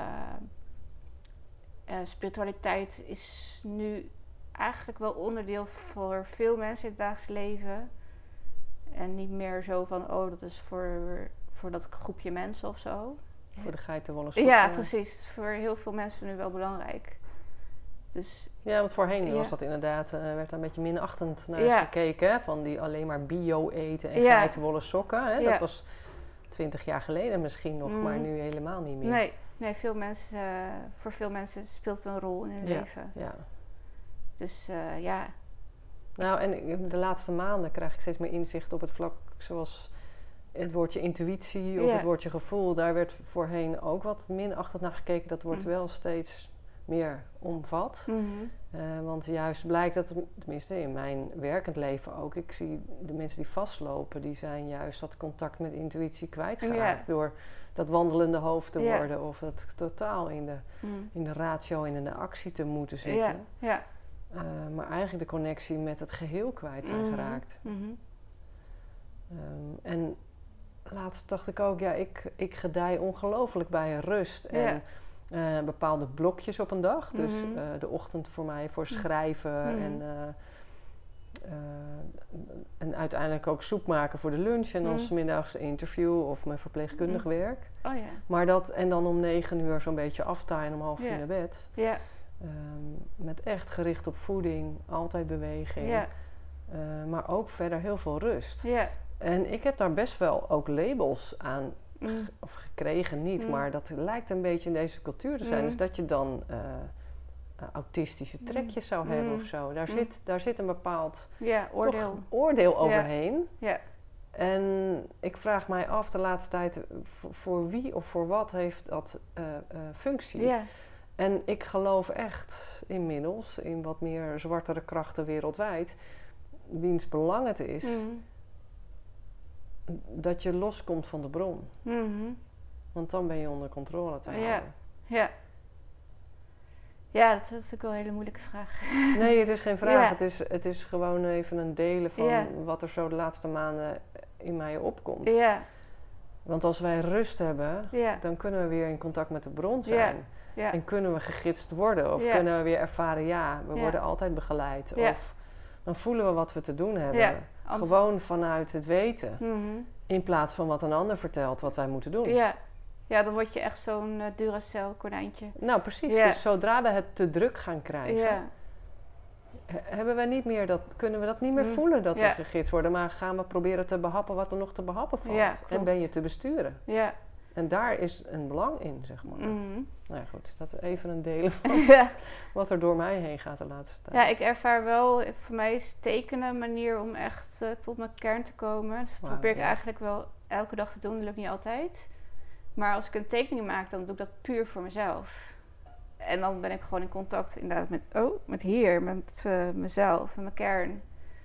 Speaker 2: uh, spiritualiteit is nu eigenlijk wel onderdeel voor veel mensen in het dagelijks leven. En niet meer zo van, oh, dat is voor, voor dat groepje mensen of zo.
Speaker 1: Voor de geitenwolle sokken.
Speaker 2: Ja, precies. Het is voor heel veel mensen nu wel belangrijk. Dus,
Speaker 1: ja, want voorheen
Speaker 2: ja.
Speaker 1: was dat inderdaad, uh, werd daar een beetje minachtend naar
Speaker 2: ja.
Speaker 1: gekeken. Hè? Van die alleen maar bio eten en
Speaker 2: ja.
Speaker 1: geitenwolle sokken. Hè?
Speaker 2: Ja.
Speaker 1: Dat was twintig jaar geleden misschien nog, mm. maar nu helemaal niet meer.
Speaker 2: Nee, nee veel mensen, uh, voor veel mensen speelt het een rol in hun
Speaker 1: ja.
Speaker 2: leven.
Speaker 1: Ja.
Speaker 2: Dus uh, ja.
Speaker 1: Nou, en de laatste maanden krijg ik steeds meer inzicht op het vlak zoals... het woordje intuïtie of
Speaker 2: ja.
Speaker 1: het woordje gevoel, daar werd voorheen ook wat minachtend naar gekeken. Dat wordt mm. wel steeds meer omvat.
Speaker 2: Mm-hmm.
Speaker 1: Uh, want juist blijkt dat, tenminste in mijn werkend leven ook, ik zie de mensen die vastlopen, die zijn juist dat contact met intuïtie kwijtgeraakt. Ja. Door dat wandelende hoofd te
Speaker 2: ja.
Speaker 1: worden of het totaal in de,
Speaker 2: mm.
Speaker 1: in de ratio en in de actie te moeten zitten.
Speaker 2: Ja. Ja.
Speaker 1: Uh, maar eigenlijk de connectie met het geheel kwijt zijn
Speaker 2: mm-hmm.
Speaker 1: geraakt.
Speaker 2: Mm-hmm.
Speaker 1: Um, en laatst dacht ik ook, ja, ik, ik gedij ongelooflijk bij rust en ja. uh, bepaalde blokjes op een dag. Mm-hmm. Dus uh, de ochtend voor mij voor schrijven mm-hmm. en, uh, uh, en uiteindelijk ook soep maken voor de lunch. En dan mm-hmm. 's middags interview of mijn verpleegkundig mm-hmm. werk.
Speaker 2: Oh, ja.
Speaker 1: Maar dat, en dan om negen uur zo'n beetje aftaaien om half tien
Speaker 2: ja.
Speaker 1: naar bed.
Speaker 2: Ja.
Speaker 1: Um, met echt gericht op voeding, altijd beweging.
Speaker 2: Ja.
Speaker 1: Uh, maar ook verder heel veel rust.
Speaker 2: Ja.
Speaker 1: En ik heb daar best wel ook labels aan
Speaker 2: mm.
Speaker 1: g- of gekregen, niet. Mm. Maar dat lijkt een beetje in deze cultuur te zijn.
Speaker 2: Mm.
Speaker 1: Dus dat je dan uh, uh, autistische trekjes zou
Speaker 2: mm.
Speaker 1: hebben of zo. Daar,
Speaker 2: mm.
Speaker 1: zit, daar zit een bepaald
Speaker 2: ja, oordeel.
Speaker 1: oordeel overheen.
Speaker 2: Ja. Ja.
Speaker 1: En ik vraag mij af de laatste tijd, voor, voor wie of voor wat heeft dat uh, uh, functie?
Speaker 2: Ja.
Speaker 1: En ik geloof echt inmiddels in wat meer zwartere krachten wereldwijd, wiens belang het is,
Speaker 2: mm.
Speaker 1: dat je loskomt van de bron.
Speaker 2: Mm-hmm.
Speaker 1: Want dan ben je onder controle te houden.
Speaker 2: Ja, ja. Ja, dat, dat vind ik wel een hele moeilijke vraag.
Speaker 1: Nee, het is geen vraag.
Speaker 2: Ja.
Speaker 1: Het, is, het is gewoon even een delen van
Speaker 2: ja.
Speaker 1: wat er zo de laatste maanden in mij opkomt.
Speaker 2: Ja.
Speaker 1: Want als wij rust hebben,
Speaker 2: ja.
Speaker 1: dan kunnen we weer in contact met de bron zijn.
Speaker 2: Ja. Ja.
Speaker 1: En kunnen we gegidst worden. Of
Speaker 2: ja.
Speaker 1: kunnen we weer ervaren, ja, we
Speaker 2: ja.
Speaker 1: worden altijd begeleid.
Speaker 2: Ja.
Speaker 1: Of dan voelen we wat we te doen hebben.
Speaker 2: Ja.
Speaker 1: Gewoon vanuit het weten.
Speaker 2: Mm-hmm.
Speaker 1: In plaats van wat een ander vertelt wat wij moeten doen.
Speaker 2: Ja, ja dan word je echt zo'n uh, Duracell konijntje.
Speaker 1: Nou, precies.
Speaker 2: Ja.
Speaker 1: Dus zodra we het te druk gaan krijgen...
Speaker 2: Ja.
Speaker 1: Hebben we niet meer dat, kunnen we dat niet meer
Speaker 2: Mm.
Speaker 1: voelen dat
Speaker 2: ja.
Speaker 1: we gegidst worden. Maar gaan we proberen te behappen wat er nog te behappen valt.
Speaker 2: Ja,
Speaker 1: en ben je te besturen.
Speaker 2: Ja.
Speaker 1: En daar is een belang in, zeg maar.
Speaker 2: Mm-hmm.
Speaker 1: Nou ja, goed. Dat even een delen van
Speaker 2: ja.
Speaker 1: wat er door mij heen gaat de laatste tijd.
Speaker 2: Ja, ik ervaar wel, voor mij is tekenen een manier om echt uh, tot mijn kern te komen. Dus dat
Speaker 1: Wow,
Speaker 2: probeer ik
Speaker 1: ja.
Speaker 2: eigenlijk wel elke dag te doen. Dat lukt niet altijd. Maar als ik een tekening maak, dan doe ik dat puur voor mezelf. En dan ben ik gewoon in contact inderdaad met, oh, met hier, met uh, mezelf, met mijn kern.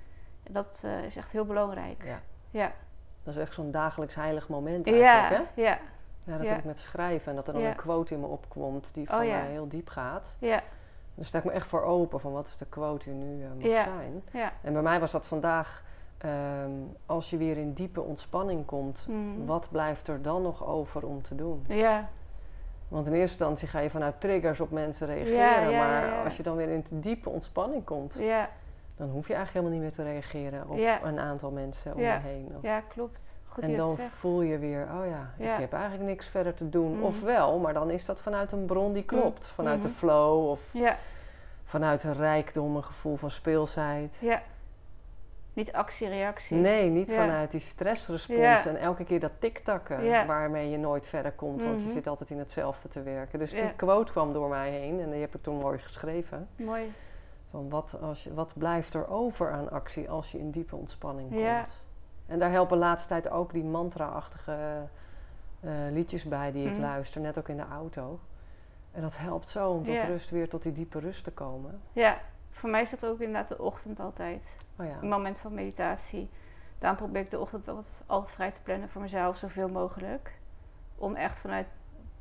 Speaker 2: En dat uh, is echt heel belangrijk.
Speaker 1: Ja.
Speaker 2: Ja.
Speaker 1: Dat is echt zo'n dagelijks heilig moment
Speaker 2: Ja,
Speaker 1: eigenlijk, hè?
Speaker 2: ja.
Speaker 1: Ja, dat
Speaker 2: Ja.
Speaker 1: heb ik met schrijven. En dat er dan
Speaker 2: Ja.
Speaker 1: een quote in me opkomt die
Speaker 2: Oh,
Speaker 1: van
Speaker 2: ja.
Speaker 1: mij heel diep gaat.
Speaker 2: Ja,
Speaker 1: Daar sta ik me echt voor open van wat is de quote die nu uh, mag
Speaker 2: Ja.
Speaker 1: zijn.
Speaker 2: ja.
Speaker 1: En bij mij was dat vandaag, um, als je weer in diepe ontspanning komt,
Speaker 2: Mm.
Speaker 1: wat blijft er dan nog over om te doen?
Speaker 2: Ja,
Speaker 1: Want in eerste instantie ga je vanuit triggers op mensen reageren.
Speaker 2: Ja, ja,
Speaker 1: maar
Speaker 2: ja, ja.
Speaker 1: als je dan weer in de diepe ontspanning komt,
Speaker 2: ja,
Speaker 1: dan hoef je eigenlijk helemaal niet meer te reageren op
Speaker 2: Ja.
Speaker 1: een aantal mensen om
Speaker 2: Ja.
Speaker 1: je heen. Of-
Speaker 2: ja, klopt. Goed
Speaker 1: en
Speaker 2: dat je
Speaker 1: dan
Speaker 2: het zegt.
Speaker 1: voel je weer, oh ja,
Speaker 2: Ja.
Speaker 1: ik heb eigenlijk niks verder te doen.
Speaker 2: Mm.
Speaker 1: Ofwel, maar dan is dat vanuit een bron die klopt. Vanuit
Speaker 2: Mhm.
Speaker 1: de flow of
Speaker 2: Ja,
Speaker 1: vanuit een rijkdom, een gevoel van speelsheid.
Speaker 2: ja. Niet actie-reactie.
Speaker 1: Nee, niet
Speaker 2: Ja.
Speaker 1: vanuit die stressrespons
Speaker 2: Ja.
Speaker 1: en elke keer dat tiktakken
Speaker 2: Ja.
Speaker 1: waarmee je nooit verder komt, want je
Speaker 2: Mhm.
Speaker 1: zit altijd in hetzelfde te werken. Dus
Speaker 2: Ja.
Speaker 1: die quote kwam door mij heen en die heb ik toen mooi geschreven.
Speaker 2: Mooi.
Speaker 1: Van wat, als je, wat blijft er over aan actie als je in diepe ontspanning komt?
Speaker 2: Ja.
Speaker 1: En daar helpen de laatste tijd ook die mantra-achtige uh, liedjes bij die ik
Speaker 2: Mhm.
Speaker 1: luister, net ook in de auto. En dat helpt zo om tot
Speaker 2: Ja.
Speaker 1: rust weer tot die diepe rust te komen.
Speaker 2: Ja, voor mij is dat ook inderdaad de ochtend altijd.
Speaker 1: Oh ja.
Speaker 2: Een moment van meditatie. Daarom probeer ik de ochtend altijd, altijd vrij te plannen voor mezelf, zoveel mogelijk. Om echt vanuit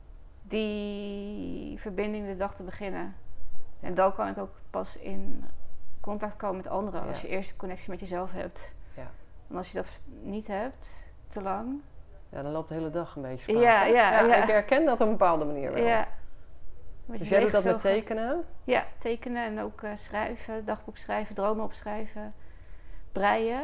Speaker 2: die verbinding de dag te beginnen.
Speaker 1: Ja.
Speaker 2: En dan kan ik ook pas in contact komen met anderen. Als
Speaker 1: Ja.
Speaker 2: je eerst een connectie met jezelf hebt.
Speaker 1: Ja.
Speaker 2: En als je dat niet hebt, te lang.
Speaker 1: Ja, dan loopt de hele dag een beetje spaak.
Speaker 2: Ja,
Speaker 1: hè?
Speaker 2: ja, ja.
Speaker 1: Ik herken dat op een bepaalde manier wel.
Speaker 2: Ja. Met
Speaker 1: Dus
Speaker 2: je
Speaker 1: jij doet dat met
Speaker 2: leeggezogen-
Speaker 1: tekenen?
Speaker 2: Ja, tekenen en ook uh, schrijven, dagboek schrijven, dromen opschrijven. Breien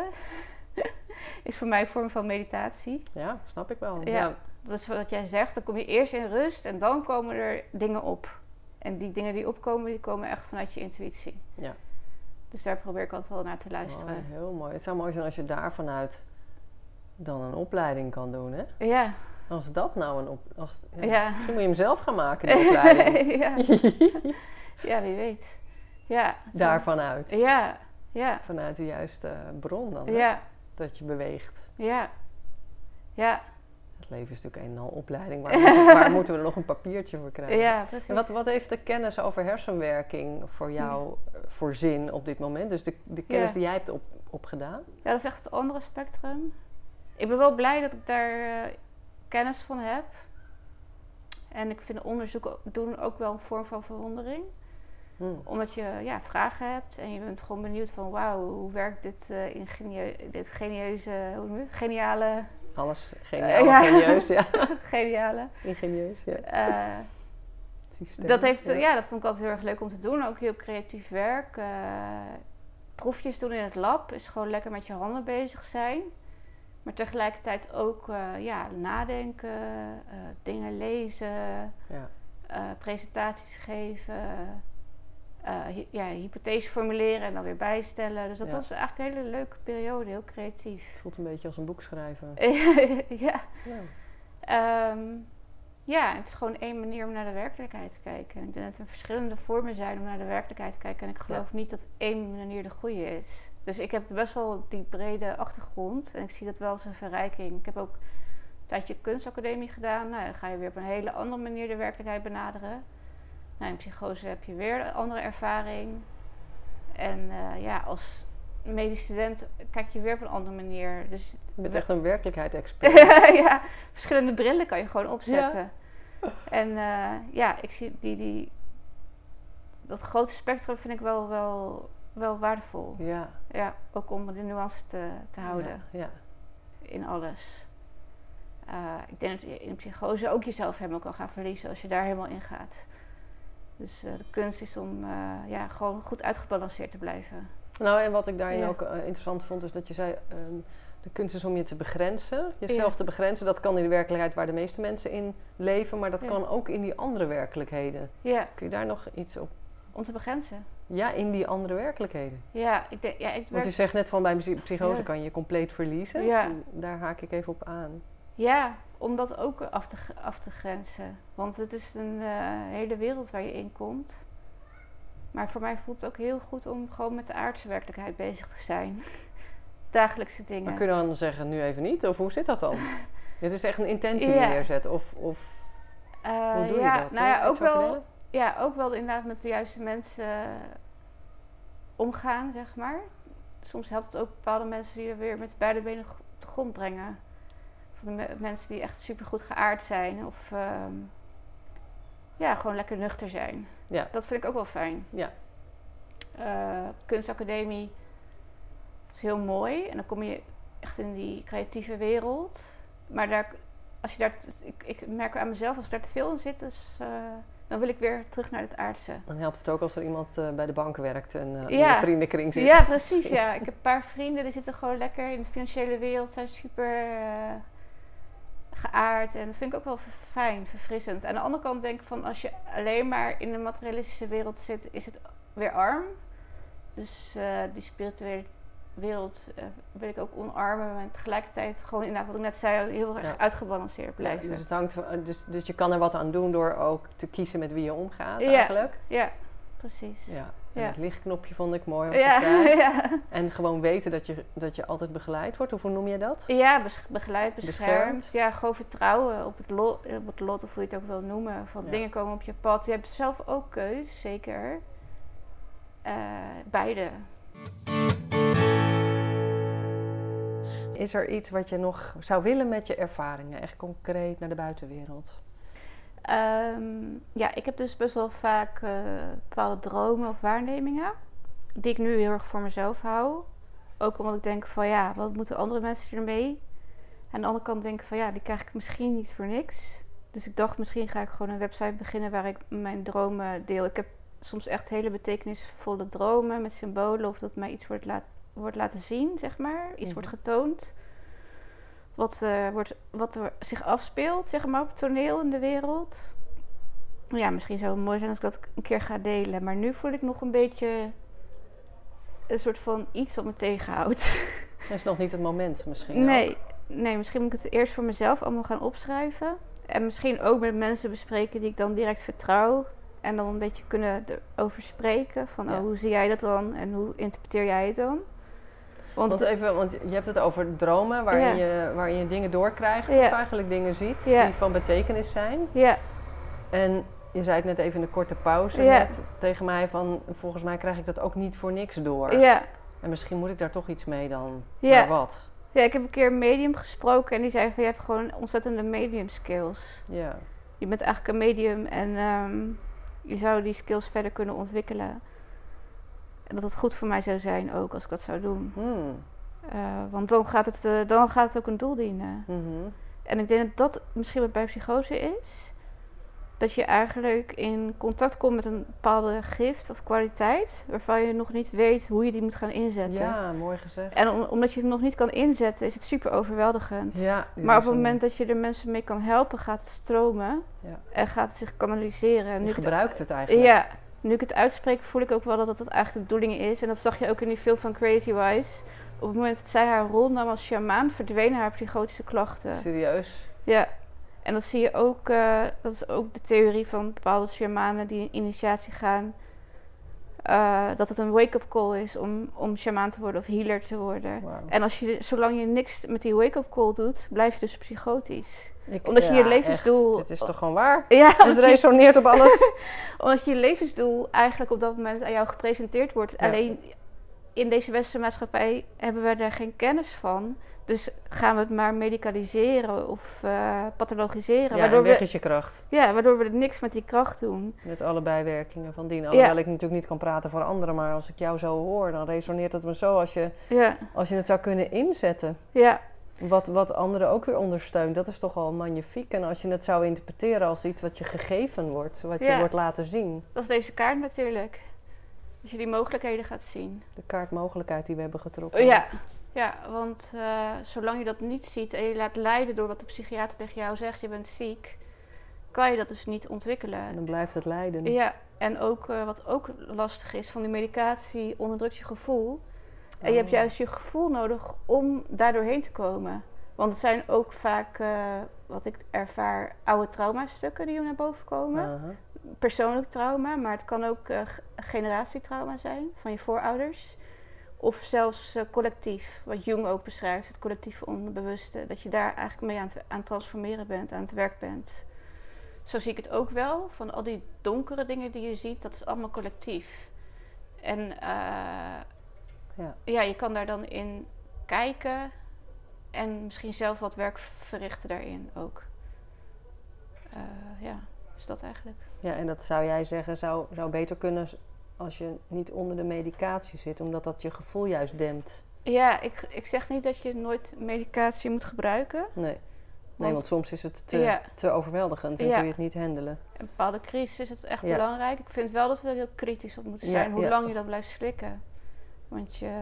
Speaker 2: is voor mij een vorm van meditatie.
Speaker 1: Ja, snap ik wel.
Speaker 2: Ja.
Speaker 1: Ja.
Speaker 2: Dat is wat jij zegt, dan kom je eerst in rust en dan komen er dingen op. En die dingen die opkomen, die komen echt vanuit je intuïtie.
Speaker 1: Ja.
Speaker 2: Dus daar probeer ik altijd wel naar te luisteren.
Speaker 1: Oh, heel mooi. Het zou mooi zijn als je daar vanuit dan een opleiding kan doen, hè?
Speaker 2: Ja.
Speaker 1: Als dat nou een op... Als, ja.
Speaker 2: Ja.
Speaker 1: Misschien moet je hem zelf gaan maken, die opleiding.
Speaker 2: ja. ja, wie weet. Ja.
Speaker 1: Daarvan uit.
Speaker 2: Ja. Ja.
Speaker 1: Vanuit de juiste bron dan, hè?
Speaker 2: Ja.
Speaker 1: Dat je beweegt.
Speaker 2: Ja. Ja.
Speaker 1: Het leven is natuurlijk een en al opleiding. Waar, moeten, waar moeten we er nog een papiertje voor krijgen?
Speaker 2: Ja, precies.
Speaker 1: En wat, wat heeft de kennis over hersenwerking voor jou ja. voor zin op dit moment? Dus de, de kennis
Speaker 2: ja.
Speaker 1: die jij hebt op, opgedaan?
Speaker 2: Ja, dat is echt het andere spectrum. Ik ben wel blij dat ik daar uh, kennis van heb. En ik vind onderzoek doen ook wel een vorm van verwondering. Hmm. Omdat je ja, vragen hebt en je bent gewoon benieuwd van wauw, hoe werkt dit, uh, ingenieu- dit genieuze, hoe noem je het? Geniale...
Speaker 1: Alles geniaal, uh, ja. Genieus, ja.
Speaker 2: Geniale.
Speaker 1: Ingenieus, ja.
Speaker 2: Uh,
Speaker 1: Systeem,
Speaker 2: dat, heeft,
Speaker 1: ja.
Speaker 2: ja, dat vond ik altijd heel erg leuk om te doen. Ook heel creatief werk. Uh, proefjes doen in het lab is gewoon lekker met je handen bezig zijn. Maar tegelijkertijd ook uh, ja, nadenken, uh, dingen lezen,
Speaker 1: ja.
Speaker 2: uh, presentaties geven, uh, hy- ja, hypothese formuleren en dan weer bijstellen. Dus dat
Speaker 1: ja.
Speaker 2: was eigenlijk een hele leuke periode, heel creatief.
Speaker 1: Voelt een beetje als een boek schrijven.
Speaker 2: ja.
Speaker 1: ja.
Speaker 2: Um, ja, het is gewoon één manier om naar de werkelijkheid te kijken. Ik denk dat er verschillende vormen zijn om naar de werkelijkheid te kijken. En ik geloof ja. niet dat één manier de goede is. Dus ik heb best wel die brede achtergrond. En ik zie dat wel als een verrijking. Ik heb ook een tijdje kunstacademie gedaan. Nou, dan ga je weer op een hele andere manier de werkelijkheid benaderen. Nou, in psychose heb je weer een andere ervaring. En uh, ja, als medisch student kijk je weer op een andere manier. Dus
Speaker 1: je bent echt een werkelijkheid-expert.
Speaker 2: ja, verschillende brillen kan je gewoon opzetten. Ja. En uh, ja, ik zie die, die, dat grote spectrum vind ik wel, wel, wel waardevol.
Speaker 1: Ja.
Speaker 2: Ja, ook om de nuance te, te houden.
Speaker 1: Ja, ja.
Speaker 2: In alles. Uh, ik denk dat je in psychose ook jezelf helemaal kan gaan verliezen als je daar helemaal in gaat. Dus uh, de kunst is om uh, ja, gewoon goed uitgebalanceerd te blijven.
Speaker 1: Nou, en wat ik daarin
Speaker 2: ja.
Speaker 1: ook uh, interessant vond, is dat je zei... Um, de kunst is om je te begrenzen, jezelf
Speaker 2: ja.
Speaker 1: te begrenzen. Dat kan in de werkelijkheid waar de meeste mensen in leven, maar dat
Speaker 2: ja.
Speaker 1: kan ook in die andere werkelijkheden.
Speaker 2: Ja.
Speaker 1: Kun je daar nog iets op...
Speaker 2: Om te begrenzen?
Speaker 1: Ja, in die andere werkelijkheden.
Speaker 2: Ja, ik denk... Ja, ik
Speaker 1: Want
Speaker 2: werk...
Speaker 1: u zegt net van bij psychose
Speaker 2: ja.
Speaker 1: kan je je compleet verliezen.
Speaker 2: Ja.
Speaker 1: Daar haak ik even op aan.
Speaker 2: Ja, om dat ook af te, af te grenzen. Want het is een uh, hele wereld waar je in komt. Maar voor mij voelt het ook heel goed om gewoon met de aardse werkelijkheid bezig te zijn. Dagelijkse dingen.
Speaker 1: Maar kun je dan zeggen, nu even niet? Of hoe zit dat dan? Dit is echt een intentie
Speaker 2: ja.
Speaker 1: neerzetten? Of, of
Speaker 2: uh,
Speaker 1: hoe doe
Speaker 2: ja,
Speaker 1: je dat?
Speaker 2: Nou ja, ook wel,
Speaker 1: vertellen?
Speaker 2: ja, ook wel inderdaad met de juiste mensen uh, omgaan, zeg maar. Soms helpt het ook bepaalde mensen die je weer met beide benen op de grond brengen. Van de me- mensen die echt supergoed geaard zijn. Of uh, ja, gewoon lekker nuchter zijn.
Speaker 1: Ja.
Speaker 2: Dat vind ik ook wel fijn.
Speaker 1: Ja.
Speaker 2: Uh, kunstacademie is heel mooi. En dan kom je echt in die creatieve wereld. Maar daar, als je daar, ik, ik merk aan mezelf, als er daar te veel in zit, dus, uh, dan wil ik weer terug naar het aardse.
Speaker 1: Dan helpt het ook als er iemand uh, bij de bank werkt en uh,
Speaker 2: ja.
Speaker 1: in de vriendenkring zit.
Speaker 2: Ja, precies. Ja. Ik heb een paar vrienden die zitten gewoon lekker in de financiële wereld, zijn super uh, geaard. En dat vind ik ook wel fijn, verfrissend. Aan de andere kant denk ik van, als je alleen maar in de materialistische wereld zit, is het weer arm. Dus uh, die spirituele wereld uh, wil ik ook omarmen, maar tegelijkertijd gewoon inderdaad, wat ik net zei, heel erg ja. uitgebalanceerd blijven.
Speaker 1: Ja, dus, het hangt, dus, dus je kan er wat aan doen door ook te kiezen met wie je omgaat
Speaker 2: ja.
Speaker 1: eigenlijk.
Speaker 2: Ja, precies.
Speaker 1: Ja. En
Speaker 2: ja.
Speaker 1: het lichtknopje vond ik mooi wat
Speaker 2: ja.
Speaker 1: je zei.
Speaker 2: ja.
Speaker 1: En gewoon weten dat je, dat je altijd begeleid wordt. Of hoe noem je dat?
Speaker 2: Ja, bes- begeleid, beschermd.
Speaker 1: beschermd.
Speaker 2: Ja, gewoon vertrouwen op het, lo- op het lot, of hoe je het ook wil noemen. Van ja. dingen komen op je pad. Je hebt zelf ook keus, zeker. Uh, beide.
Speaker 1: Is er iets wat je nog zou willen met je ervaringen? Echt concreet naar de buitenwereld?
Speaker 2: Um, ja, ik heb dus best wel vaak uh, bepaalde dromen of waarnemingen. Die ik nu heel erg voor mezelf hou. Ook omdat ik denk van ja, wat moeten andere mensen ermee? Aan de andere kant denk ik van ja, die krijg ik misschien niet voor niks. Dus ik dacht misschien ga ik gewoon een website beginnen waar ik mijn dromen deel. Ik heb soms echt hele betekenisvolle dromen met symbolen. Of dat mij iets wordt, laat, wordt laten zien, zeg maar. Iets mm-hmm. wordt getoond. Wat, uh, wordt, wat er zich afspeelt, zeg maar, op het toneel in de wereld. Ja, misschien zou het mooi zijn als ik dat een keer ga delen. Maar nu voel ik nog een beetje een soort van iets wat me tegenhoudt.
Speaker 1: Dat is nog niet het moment misschien.
Speaker 2: Nee,
Speaker 1: ook.
Speaker 2: nee, misschien moet ik het eerst voor mezelf allemaal gaan opschrijven. En misschien ook met mensen bespreken die ik dan direct vertrouw. En dan een beetje kunnen erover spreken. Van, ja. oh, hoe zie jij dat dan? En hoe interpreteer jij het dan?
Speaker 1: Want, want, even, want je hebt het over dromen waarin, ja. je, waarin je dingen doorkrijgt. Ja. Of eigenlijk dingen ziet ja. die van betekenis zijn.
Speaker 2: Ja.
Speaker 1: En je zei het net even in de korte pauze
Speaker 2: ja.
Speaker 1: net tegen mij van... volgens mij krijg ik dat ook niet voor niks door.
Speaker 2: Ja.
Speaker 1: En misschien moet ik daar toch iets mee dan.
Speaker 2: Ja.
Speaker 1: Maar wat?
Speaker 2: Ja, ik heb een keer een medium gesproken en die zei van... je hebt gewoon ontzettende medium skills.
Speaker 1: Ja.
Speaker 2: Je bent eigenlijk een medium en um, je zou die skills verder kunnen ontwikkelen. En dat het goed voor mij zou zijn ook als ik dat zou doen.
Speaker 1: Hmm.
Speaker 2: Uh, want dan gaat, het, uh, dan gaat het ook een doel dienen.
Speaker 1: Mm-hmm.
Speaker 2: En ik denk dat dat misschien wat bij psychose is. Dat je eigenlijk in contact komt met een bepaalde gift of kwaliteit. Waarvan je nog niet weet hoe je die moet gaan inzetten.
Speaker 1: Ja, mooi gezegd.
Speaker 2: En om, omdat je hem nog niet kan inzetten is het super overweldigend.
Speaker 1: Ja,
Speaker 2: maar op het moment dat je er mensen mee kan helpen gaat het stromen. Ja. En gaat het zich kanaliseren. En
Speaker 1: je
Speaker 2: nu
Speaker 1: gebruikt het,
Speaker 2: het
Speaker 1: eigenlijk.
Speaker 2: Ja. Nu ik het uitspreek, voel ik ook wel dat dat eigenlijk de bedoeling is. En dat zag je ook in die film van Crazy Wise. Op het moment dat zij haar rol nam als shamaan, verdwenen haar psychotische klachten.
Speaker 1: Serieus?
Speaker 2: Ja. En dat zie je ook, uh, dat is ook de theorie van bepaalde shamanen die in initiatie gaan. Uh, dat het een wake-up call is om, om shamaan te worden of healer te worden.
Speaker 1: Wow.
Speaker 2: En als je, zolang je niks met die wake-up call doet, blijf je dus psychotisch.
Speaker 1: Ik,
Speaker 2: Omdat je
Speaker 1: ja,
Speaker 2: je levensdoel...
Speaker 1: Dit is toch gewoon waar?
Speaker 2: Ja,
Speaker 1: het resoneert op alles.
Speaker 2: Omdat je levensdoel eigenlijk op dat moment aan jou gepresenteerd wordt. Ja. Alleen in deze westerse maatschappij hebben we daar geen kennis van. Dus gaan we het maar medicaliseren of uh, pathologiseren.
Speaker 1: Ja,
Speaker 2: waardoor
Speaker 1: en weg
Speaker 2: we,
Speaker 1: is je kracht.
Speaker 2: Ja, waardoor we niks met die kracht doen.
Speaker 1: Met alle bijwerkingen van dien. Alhoewel
Speaker 2: ja.
Speaker 1: ik natuurlijk niet kan praten voor anderen. Maar als ik jou zo hoor, dan resoneert het me zo als je,
Speaker 2: ja.
Speaker 1: als je het zou kunnen inzetten.
Speaker 2: Ja.
Speaker 1: Wat, wat anderen ook weer ondersteunt, dat is toch al magnifiek. En als je het zou interpreteren als iets wat je gegeven wordt, wat
Speaker 2: Ja.
Speaker 1: je wordt laten zien.
Speaker 2: Dat is deze kaart natuurlijk. Als je die mogelijkheden gaat zien.
Speaker 1: De kaartmogelijkheid die we hebben getrokken.
Speaker 2: Oh, ja. Ja, want uh, zolang je dat niet ziet en je laat leiden door wat de psychiater tegen jou zegt, je bent ziek, kan je dat dus niet ontwikkelen.
Speaker 1: En dan blijft het lijden.
Speaker 2: Ja, en ook uh, wat ook lastig is van die medicatie, onderdrukt je gevoel. En je hebt juist je gevoel nodig om daar doorheen te komen. Want het zijn ook vaak, uh, wat ik ervaar, oude traumastukken die naar boven komen. Uh-huh. Persoonlijk trauma, maar het kan ook uh, generatietrauma zijn van je voorouders. Of zelfs uh, collectief, wat Jung ook beschrijft, het collectieve onderbewuste. Dat je daar eigenlijk mee aan het, aan het transformeren bent, aan het werk bent. Zo zie ik het ook wel, van al die donkere dingen die je ziet, dat is allemaal collectief. En uh, ja. ja, je kan daar dan in kijken en misschien zelf wat werk verrichten daarin ook. Uh, ja, is dat eigenlijk.
Speaker 1: Ja, en dat zou jij zeggen, zou, zou beter kunnen als je niet onder de medicatie zit, omdat dat je gevoel juist dempt.
Speaker 2: Ja, ik, ik zeg niet dat je nooit medicatie moet gebruiken.
Speaker 1: Nee, want, nee, want soms is het te, ja. te overweldigend en
Speaker 2: ja.
Speaker 1: kun je het niet handelen.
Speaker 2: In bepaalde crisis is het echt
Speaker 1: ja.
Speaker 2: belangrijk. Ik vind wel dat we heel kritisch op moeten zijn,
Speaker 1: ja,
Speaker 2: hoe
Speaker 1: ja.
Speaker 2: lang je dat blijft slikken. Want je,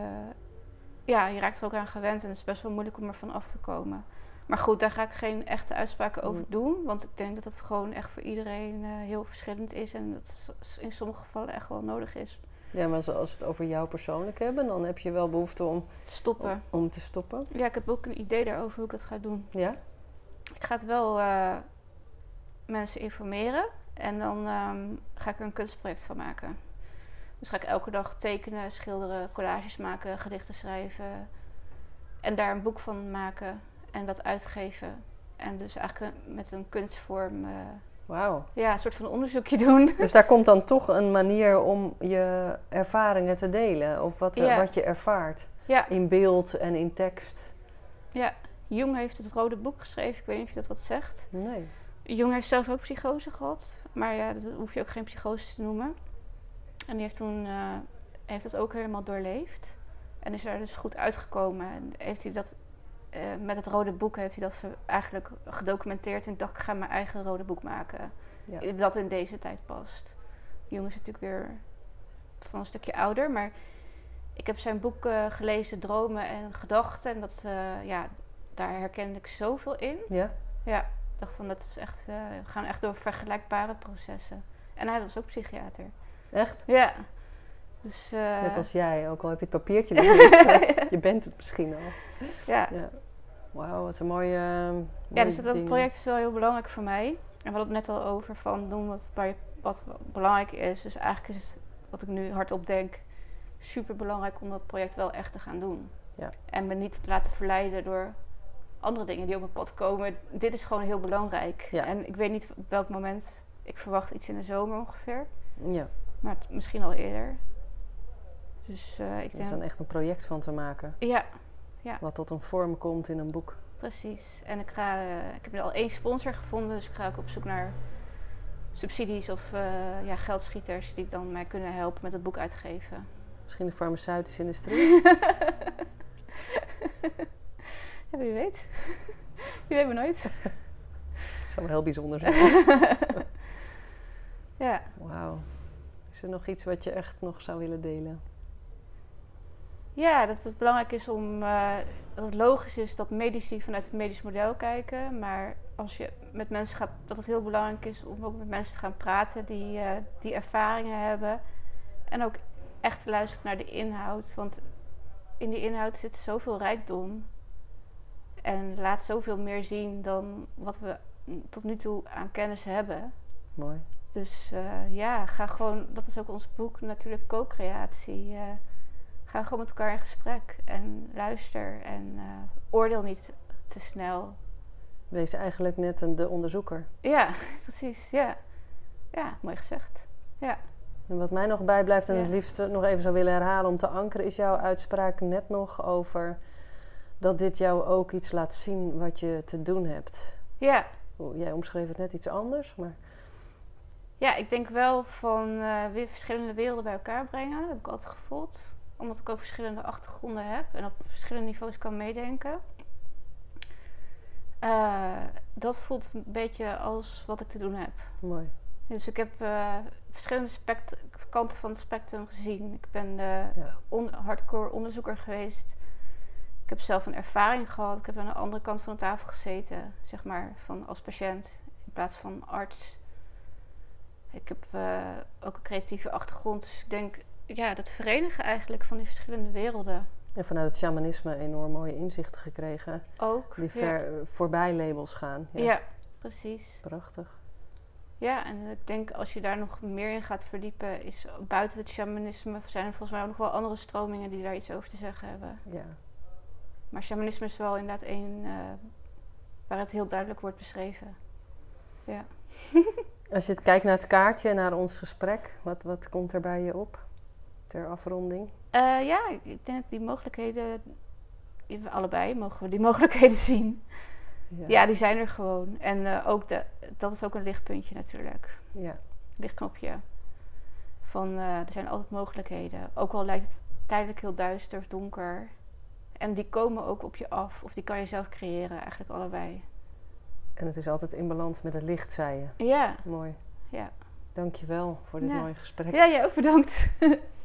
Speaker 2: ja, je raakt er ook aan gewend en het is best wel moeilijk om ervan af te komen. Maar goed, daar ga ik geen echte uitspraken over mm. doen. Want ik denk dat het gewoon echt voor iedereen uh, heel verschillend is. En dat het in sommige gevallen echt wel nodig is.
Speaker 1: Ja, maar als we het over jou persoonlijk hebben, dan heb je wel behoefte om
Speaker 2: stoppen.
Speaker 1: Om, om te stoppen.
Speaker 2: Ja, ik heb ook een idee daarover hoe ik dat ga doen.
Speaker 1: Ja?
Speaker 2: Ik ga het wel uh, mensen informeren. En dan um, ga ik er een kunstproject van maken. Dus ga ik elke dag tekenen, schilderen, collages maken, gedichten schrijven. En daar een boek van maken. En dat uitgeven. En dus eigenlijk met een kunstvorm... Uh,
Speaker 1: Wauw.
Speaker 2: Ja, een soort van onderzoekje doen.
Speaker 1: Dus daar komt dan toch een manier om je ervaringen te delen. Of wat,
Speaker 2: ja.
Speaker 1: wat je ervaart.
Speaker 2: Ja.
Speaker 1: In beeld en in tekst.
Speaker 2: Ja. Jung heeft het Rode Boek geschreven. Ik weet niet of je dat wat zegt.
Speaker 1: Nee.
Speaker 2: Jung heeft zelf ook psychose gehad. Maar ja, dat hoef je ook geen psychose te noemen. En die heeft toen... Uh, heeft dat ook helemaal doorleefd. En is daar dus goed uitgekomen. En heeft hij dat... Uh, met het Rode Boek heeft hij dat eigenlijk gedocumenteerd. En ik dacht, ik ga mijn eigen Rode Boek maken. Ja. Dat in deze tijd past. Jung is natuurlijk weer van een stukje ouder. Maar ik heb zijn boek uh, gelezen, Dromen en Gedachten. En dat, uh, ja, daar herkende ik zoveel in.
Speaker 1: Ja?
Speaker 2: Ja, ik dacht van, dat is echt, uh, we gaan echt door vergelijkbare processen. En hij was ook psychiater.
Speaker 1: Echt?
Speaker 2: Ja. Dus, uh,
Speaker 1: net als jij, ook al heb je het papiertje nog niet. Je bent het misschien al.
Speaker 2: Ja.
Speaker 1: ja. Wauw, wat een mooie, uh, mooie
Speaker 2: Ja, dus dat, dat project is wel heel belangrijk voor mij. En we hadden het net al over van doen wat, bij, wat belangrijk is. Dus eigenlijk is het, wat ik nu hardop denk, super belangrijk om dat project wel echt te gaan doen.
Speaker 1: Ja.
Speaker 2: En me niet te laten verleiden door andere dingen die op mijn pad komen. Dit is gewoon heel belangrijk.
Speaker 1: Ja.
Speaker 2: En ik weet niet op welk moment. Ik verwacht iets in de zomer ongeveer.
Speaker 1: Ja.
Speaker 2: Maar het, misschien al eerder. Dus uh, ik
Speaker 1: er
Speaker 2: denk...
Speaker 1: is dan echt een project van te maken.
Speaker 2: Ja. ja.
Speaker 1: Wat tot een vorm komt in een boek.
Speaker 2: Precies. En ik, ga, uh, ik heb nu al één sponsor gevonden. Dus ik ga ook op zoek naar subsidies of uh, ja, geldschieters die dan mij kunnen helpen met het boek uitgeven.
Speaker 1: Misschien de farmaceutische industrie?
Speaker 2: Ja, wie weet. Je weet maar nooit.
Speaker 1: Dat zou wel heel bijzonder zijn.
Speaker 2: Ja.
Speaker 1: Wauw. Is er nog iets wat je echt nog zou willen delen?
Speaker 2: Ja, dat het belangrijk is om... Uh, dat het logisch is dat medici vanuit het medisch model kijken. Maar als je met mensen gaat... Dat het heel belangrijk is om ook met mensen te gaan praten die, uh, die ervaringen hebben. En ook echt te luisteren naar de inhoud. Want in die inhoud zit zoveel rijkdom. En laat zoveel meer zien dan wat we tot nu toe aan kennis hebben.
Speaker 1: Mooi.
Speaker 2: Dus uh, ja, ga gewoon... Dat is ook ons boek natuurlijk, co-creatie. Uh, ga gewoon met elkaar in gesprek. En luister. En uh, oordeel niet te snel.
Speaker 1: Wees eigenlijk net een, de onderzoeker.
Speaker 2: Ja, precies. Ja. Ja, mooi gezegd. Ja.
Speaker 1: En wat mij nog bijblijft en
Speaker 2: ja.
Speaker 1: het liefst nog even zou willen herhalen om te ankeren... is jouw uitspraak net nog over dat dit jou ook iets laat zien wat je te doen hebt.
Speaker 2: Ja.
Speaker 1: Jij omschreef het net iets anders, maar...
Speaker 2: Ja, ik denk wel van uh, weer verschillende werelden bij elkaar brengen. Dat heb ik altijd gevoeld. Omdat ik ook verschillende achtergronden heb en op verschillende niveaus kan meedenken. Uh, dat voelt een beetje als wat ik te doen heb.
Speaker 1: Mooi.
Speaker 2: Dus ik heb uh, verschillende spect- kanten van het spectrum gezien. Ik ben uh, ja. on- hardcore onderzoeker geweest. Ik heb zelf een ervaring gehad. Ik heb aan de andere kant van de tafel gezeten, zeg maar, van als patiënt in plaats van arts. Ik heb uh, ook een creatieve achtergrond. Dus ik denk, ja, dat verenigen eigenlijk van die verschillende werelden.
Speaker 1: En vanuit het shamanisme enorm mooie inzichten gekregen.
Speaker 2: Ook.
Speaker 1: Die ver ja. voorbij labels gaan.
Speaker 2: Ja. ja, precies.
Speaker 1: Prachtig.
Speaker 2: Ja, en ik denk als je daar nog meer in gaat verdiepen, is buiten het shamanisme zijn er volgens mij ook nog wel andere stromingen die daar iets over te zeggen hebben.
Speaker 1: Ja.
Speaker 2: Maar shamanisme is wel inderdaad één uh, waar het heel duidelijk wordt beschreven. Ja.
Speaker 1: Als je het kijkt naar het kaartje, naar ons gesprek, wat, wat komt er bij je op ter afronding?
Speaker 2: Uh, ja, ik denk dat die mogelijkheden, allebei mogen we die mogelijkheden zien. Ja, ja die zijn er gewoon. En uh, ook de, dat is ook een lichtpuntje natuurlijk.
Speaker 1: Ja.
Speaker 2: Lichtknopje. Van, uh, er zijn altijd mogelijkheden. Ook al lijkt het tijdelijk heel duister of donker. En die komen ook op je af. Of die kan je zelf creëren, eigenlijk allebei.
Speaker 1: En het is altijd in balans met het licht, zei je.
Speaker 2: Ja.
Speaker 1: Mooi.
Speaker 2: Ja.
Speaker 1: Dank je wel voor dit
Speaker 2: ja.
Speaker 1: mooie gesprek.
Speaker 2: Ja, jij ook bedankt.